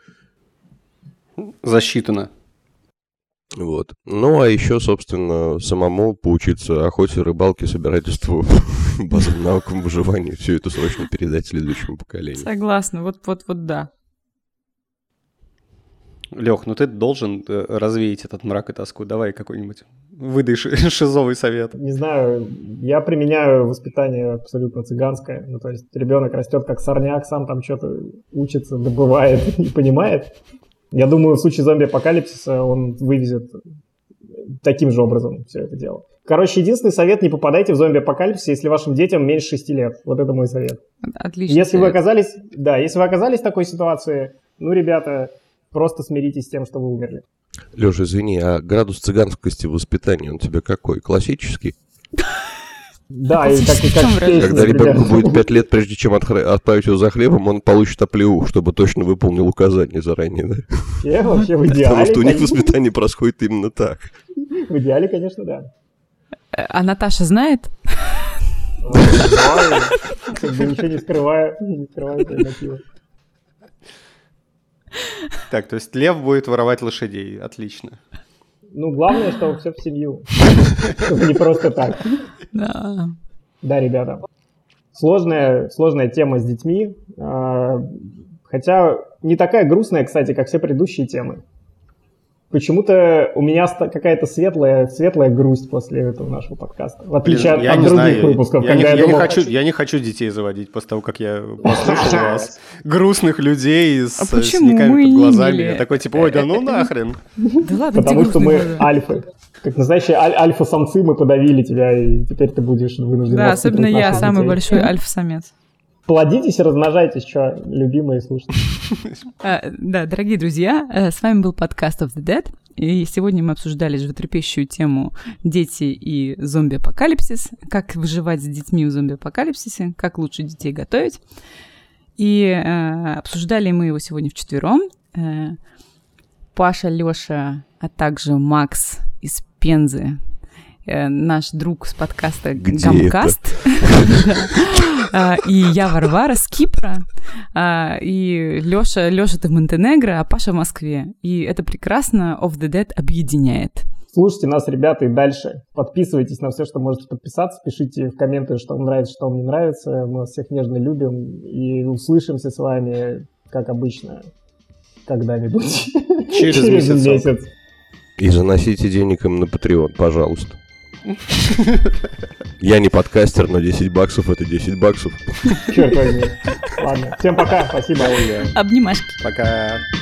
Speaker 2: Засчитано.
Speaker 4: Вот. А еще, собственно, самому поучиться охоте, рыбалке, собирательству, базовым навыкам выживания. Все это срочно передать следующему поколению.
Speaker 3: Согласна. Вот, да.
Speaker 2: Лех, ну ты должен развеять этот мрак и тоску. Давай какой-нибудь выдай шизовый совет.
Speaker 1: Не знаю, я применяю воспитание абсолютно цыганское. Ну, то есть ребенок растет как сорняк, сам там что-то учится, добывает и понимает. Я думаю, в случае зомби-апокалипсиса он вывезет таким же образом все это дело. Короче, единственный совет: не попадайте в зомби-апокалипсис, если вашим детям меньше 6 лет. Вот это мой совет.
Speaker 3: Отлично.
Speaker 1: Если вы оказались в такой ситуации, ну, ребята, просто смиритесь с тем, что вы умерли.
Speaker 4: Леша, извини, а градус цыганскости воспитания, он тебе какой? Классический?
Speaker 1: Да, и как
Speaker 4: Когда ребенку будет 5 лет, прежде чем отправить его за хлебом, он получит оплеуху, чтобы точно выполнил указания заранее, да?
Speaker 1: Вообще в идеале.
Speaker 4: Потому что у них воспитание происходит именно так.
Speaker 1: В идеале, конечно, да.
Speaker 3: А Наташа знает?
Speaker 1: Знаю. Как бы ничего не скрываю свои мотивы.
Speaker 2: Так, то есть лев будет воровать лошадей. Отлично.
Speaker 1: Ну, главное, что все в семью. Чтобы не просто так.
Speaker 3: Да.
Speaker 1: Да, ребята. Сложная тема с детьми. Хотя не такая грустная, кстати, как все предыдущие темы. Почему-то у меня какая-то светлая грусть после этого нашего подкаста. В отличие от других выпусков, когда я думал...
Speaker 2: Я не хочу детей заводить после того, как я послушал вас. Грустных людей с синяками под глазами. Я такой, типа, ой, да ну нахрен.
Speaker 3: Да ладно,
Speaker 1: потому что мы альфы. Как настоящие альфа-самцы мы подавили тебя, и теперь ты будешь вынужден...
Speaker 3: Да, особенно я, самый большой альфа-самец.
Speaker 1: Плодитесь и размножайтесь, что, любимые слушатели.
Speaker 3: Да, дорогие друзья, с вами был подкаст Of the Dead, и сегодня мы обсуждали животрепещущую тему «Дети и зомби-апокалипсис», как выживать с детьми в зомби-апокалипсисе, как лучше детей готовить. И обсуждали мы его сегодня вчетвером. Паша, Лёша, а также Макс из Пензы, наш друг с подкаста «Гамкаст». И я Варвара с Кипра, и Лёша-то в Монтенегро, а Паша в Москве. И это прекрасно, Of the Dead объединяет.
Speaker 1: Слушайте нас, ребята, и дальше. Подписывайтесь на все, что можете подписаться. Пишите в комменты, что вам нравится, что вам не нравится. Мы вас всех нежно любим. И услышимся с вами, как обычно, когда-нибудь.
Speaker 2: Через месяц.
Speaker 4: И заносите денег им на Patreon, пожалуйста. Я не подкастер, но $10 это $10.
Speaker 1: Черт возьми. Ладно. Всем пока. Спасибо.
Speaker 3: Обнимашки.
Speaker 2: Пока.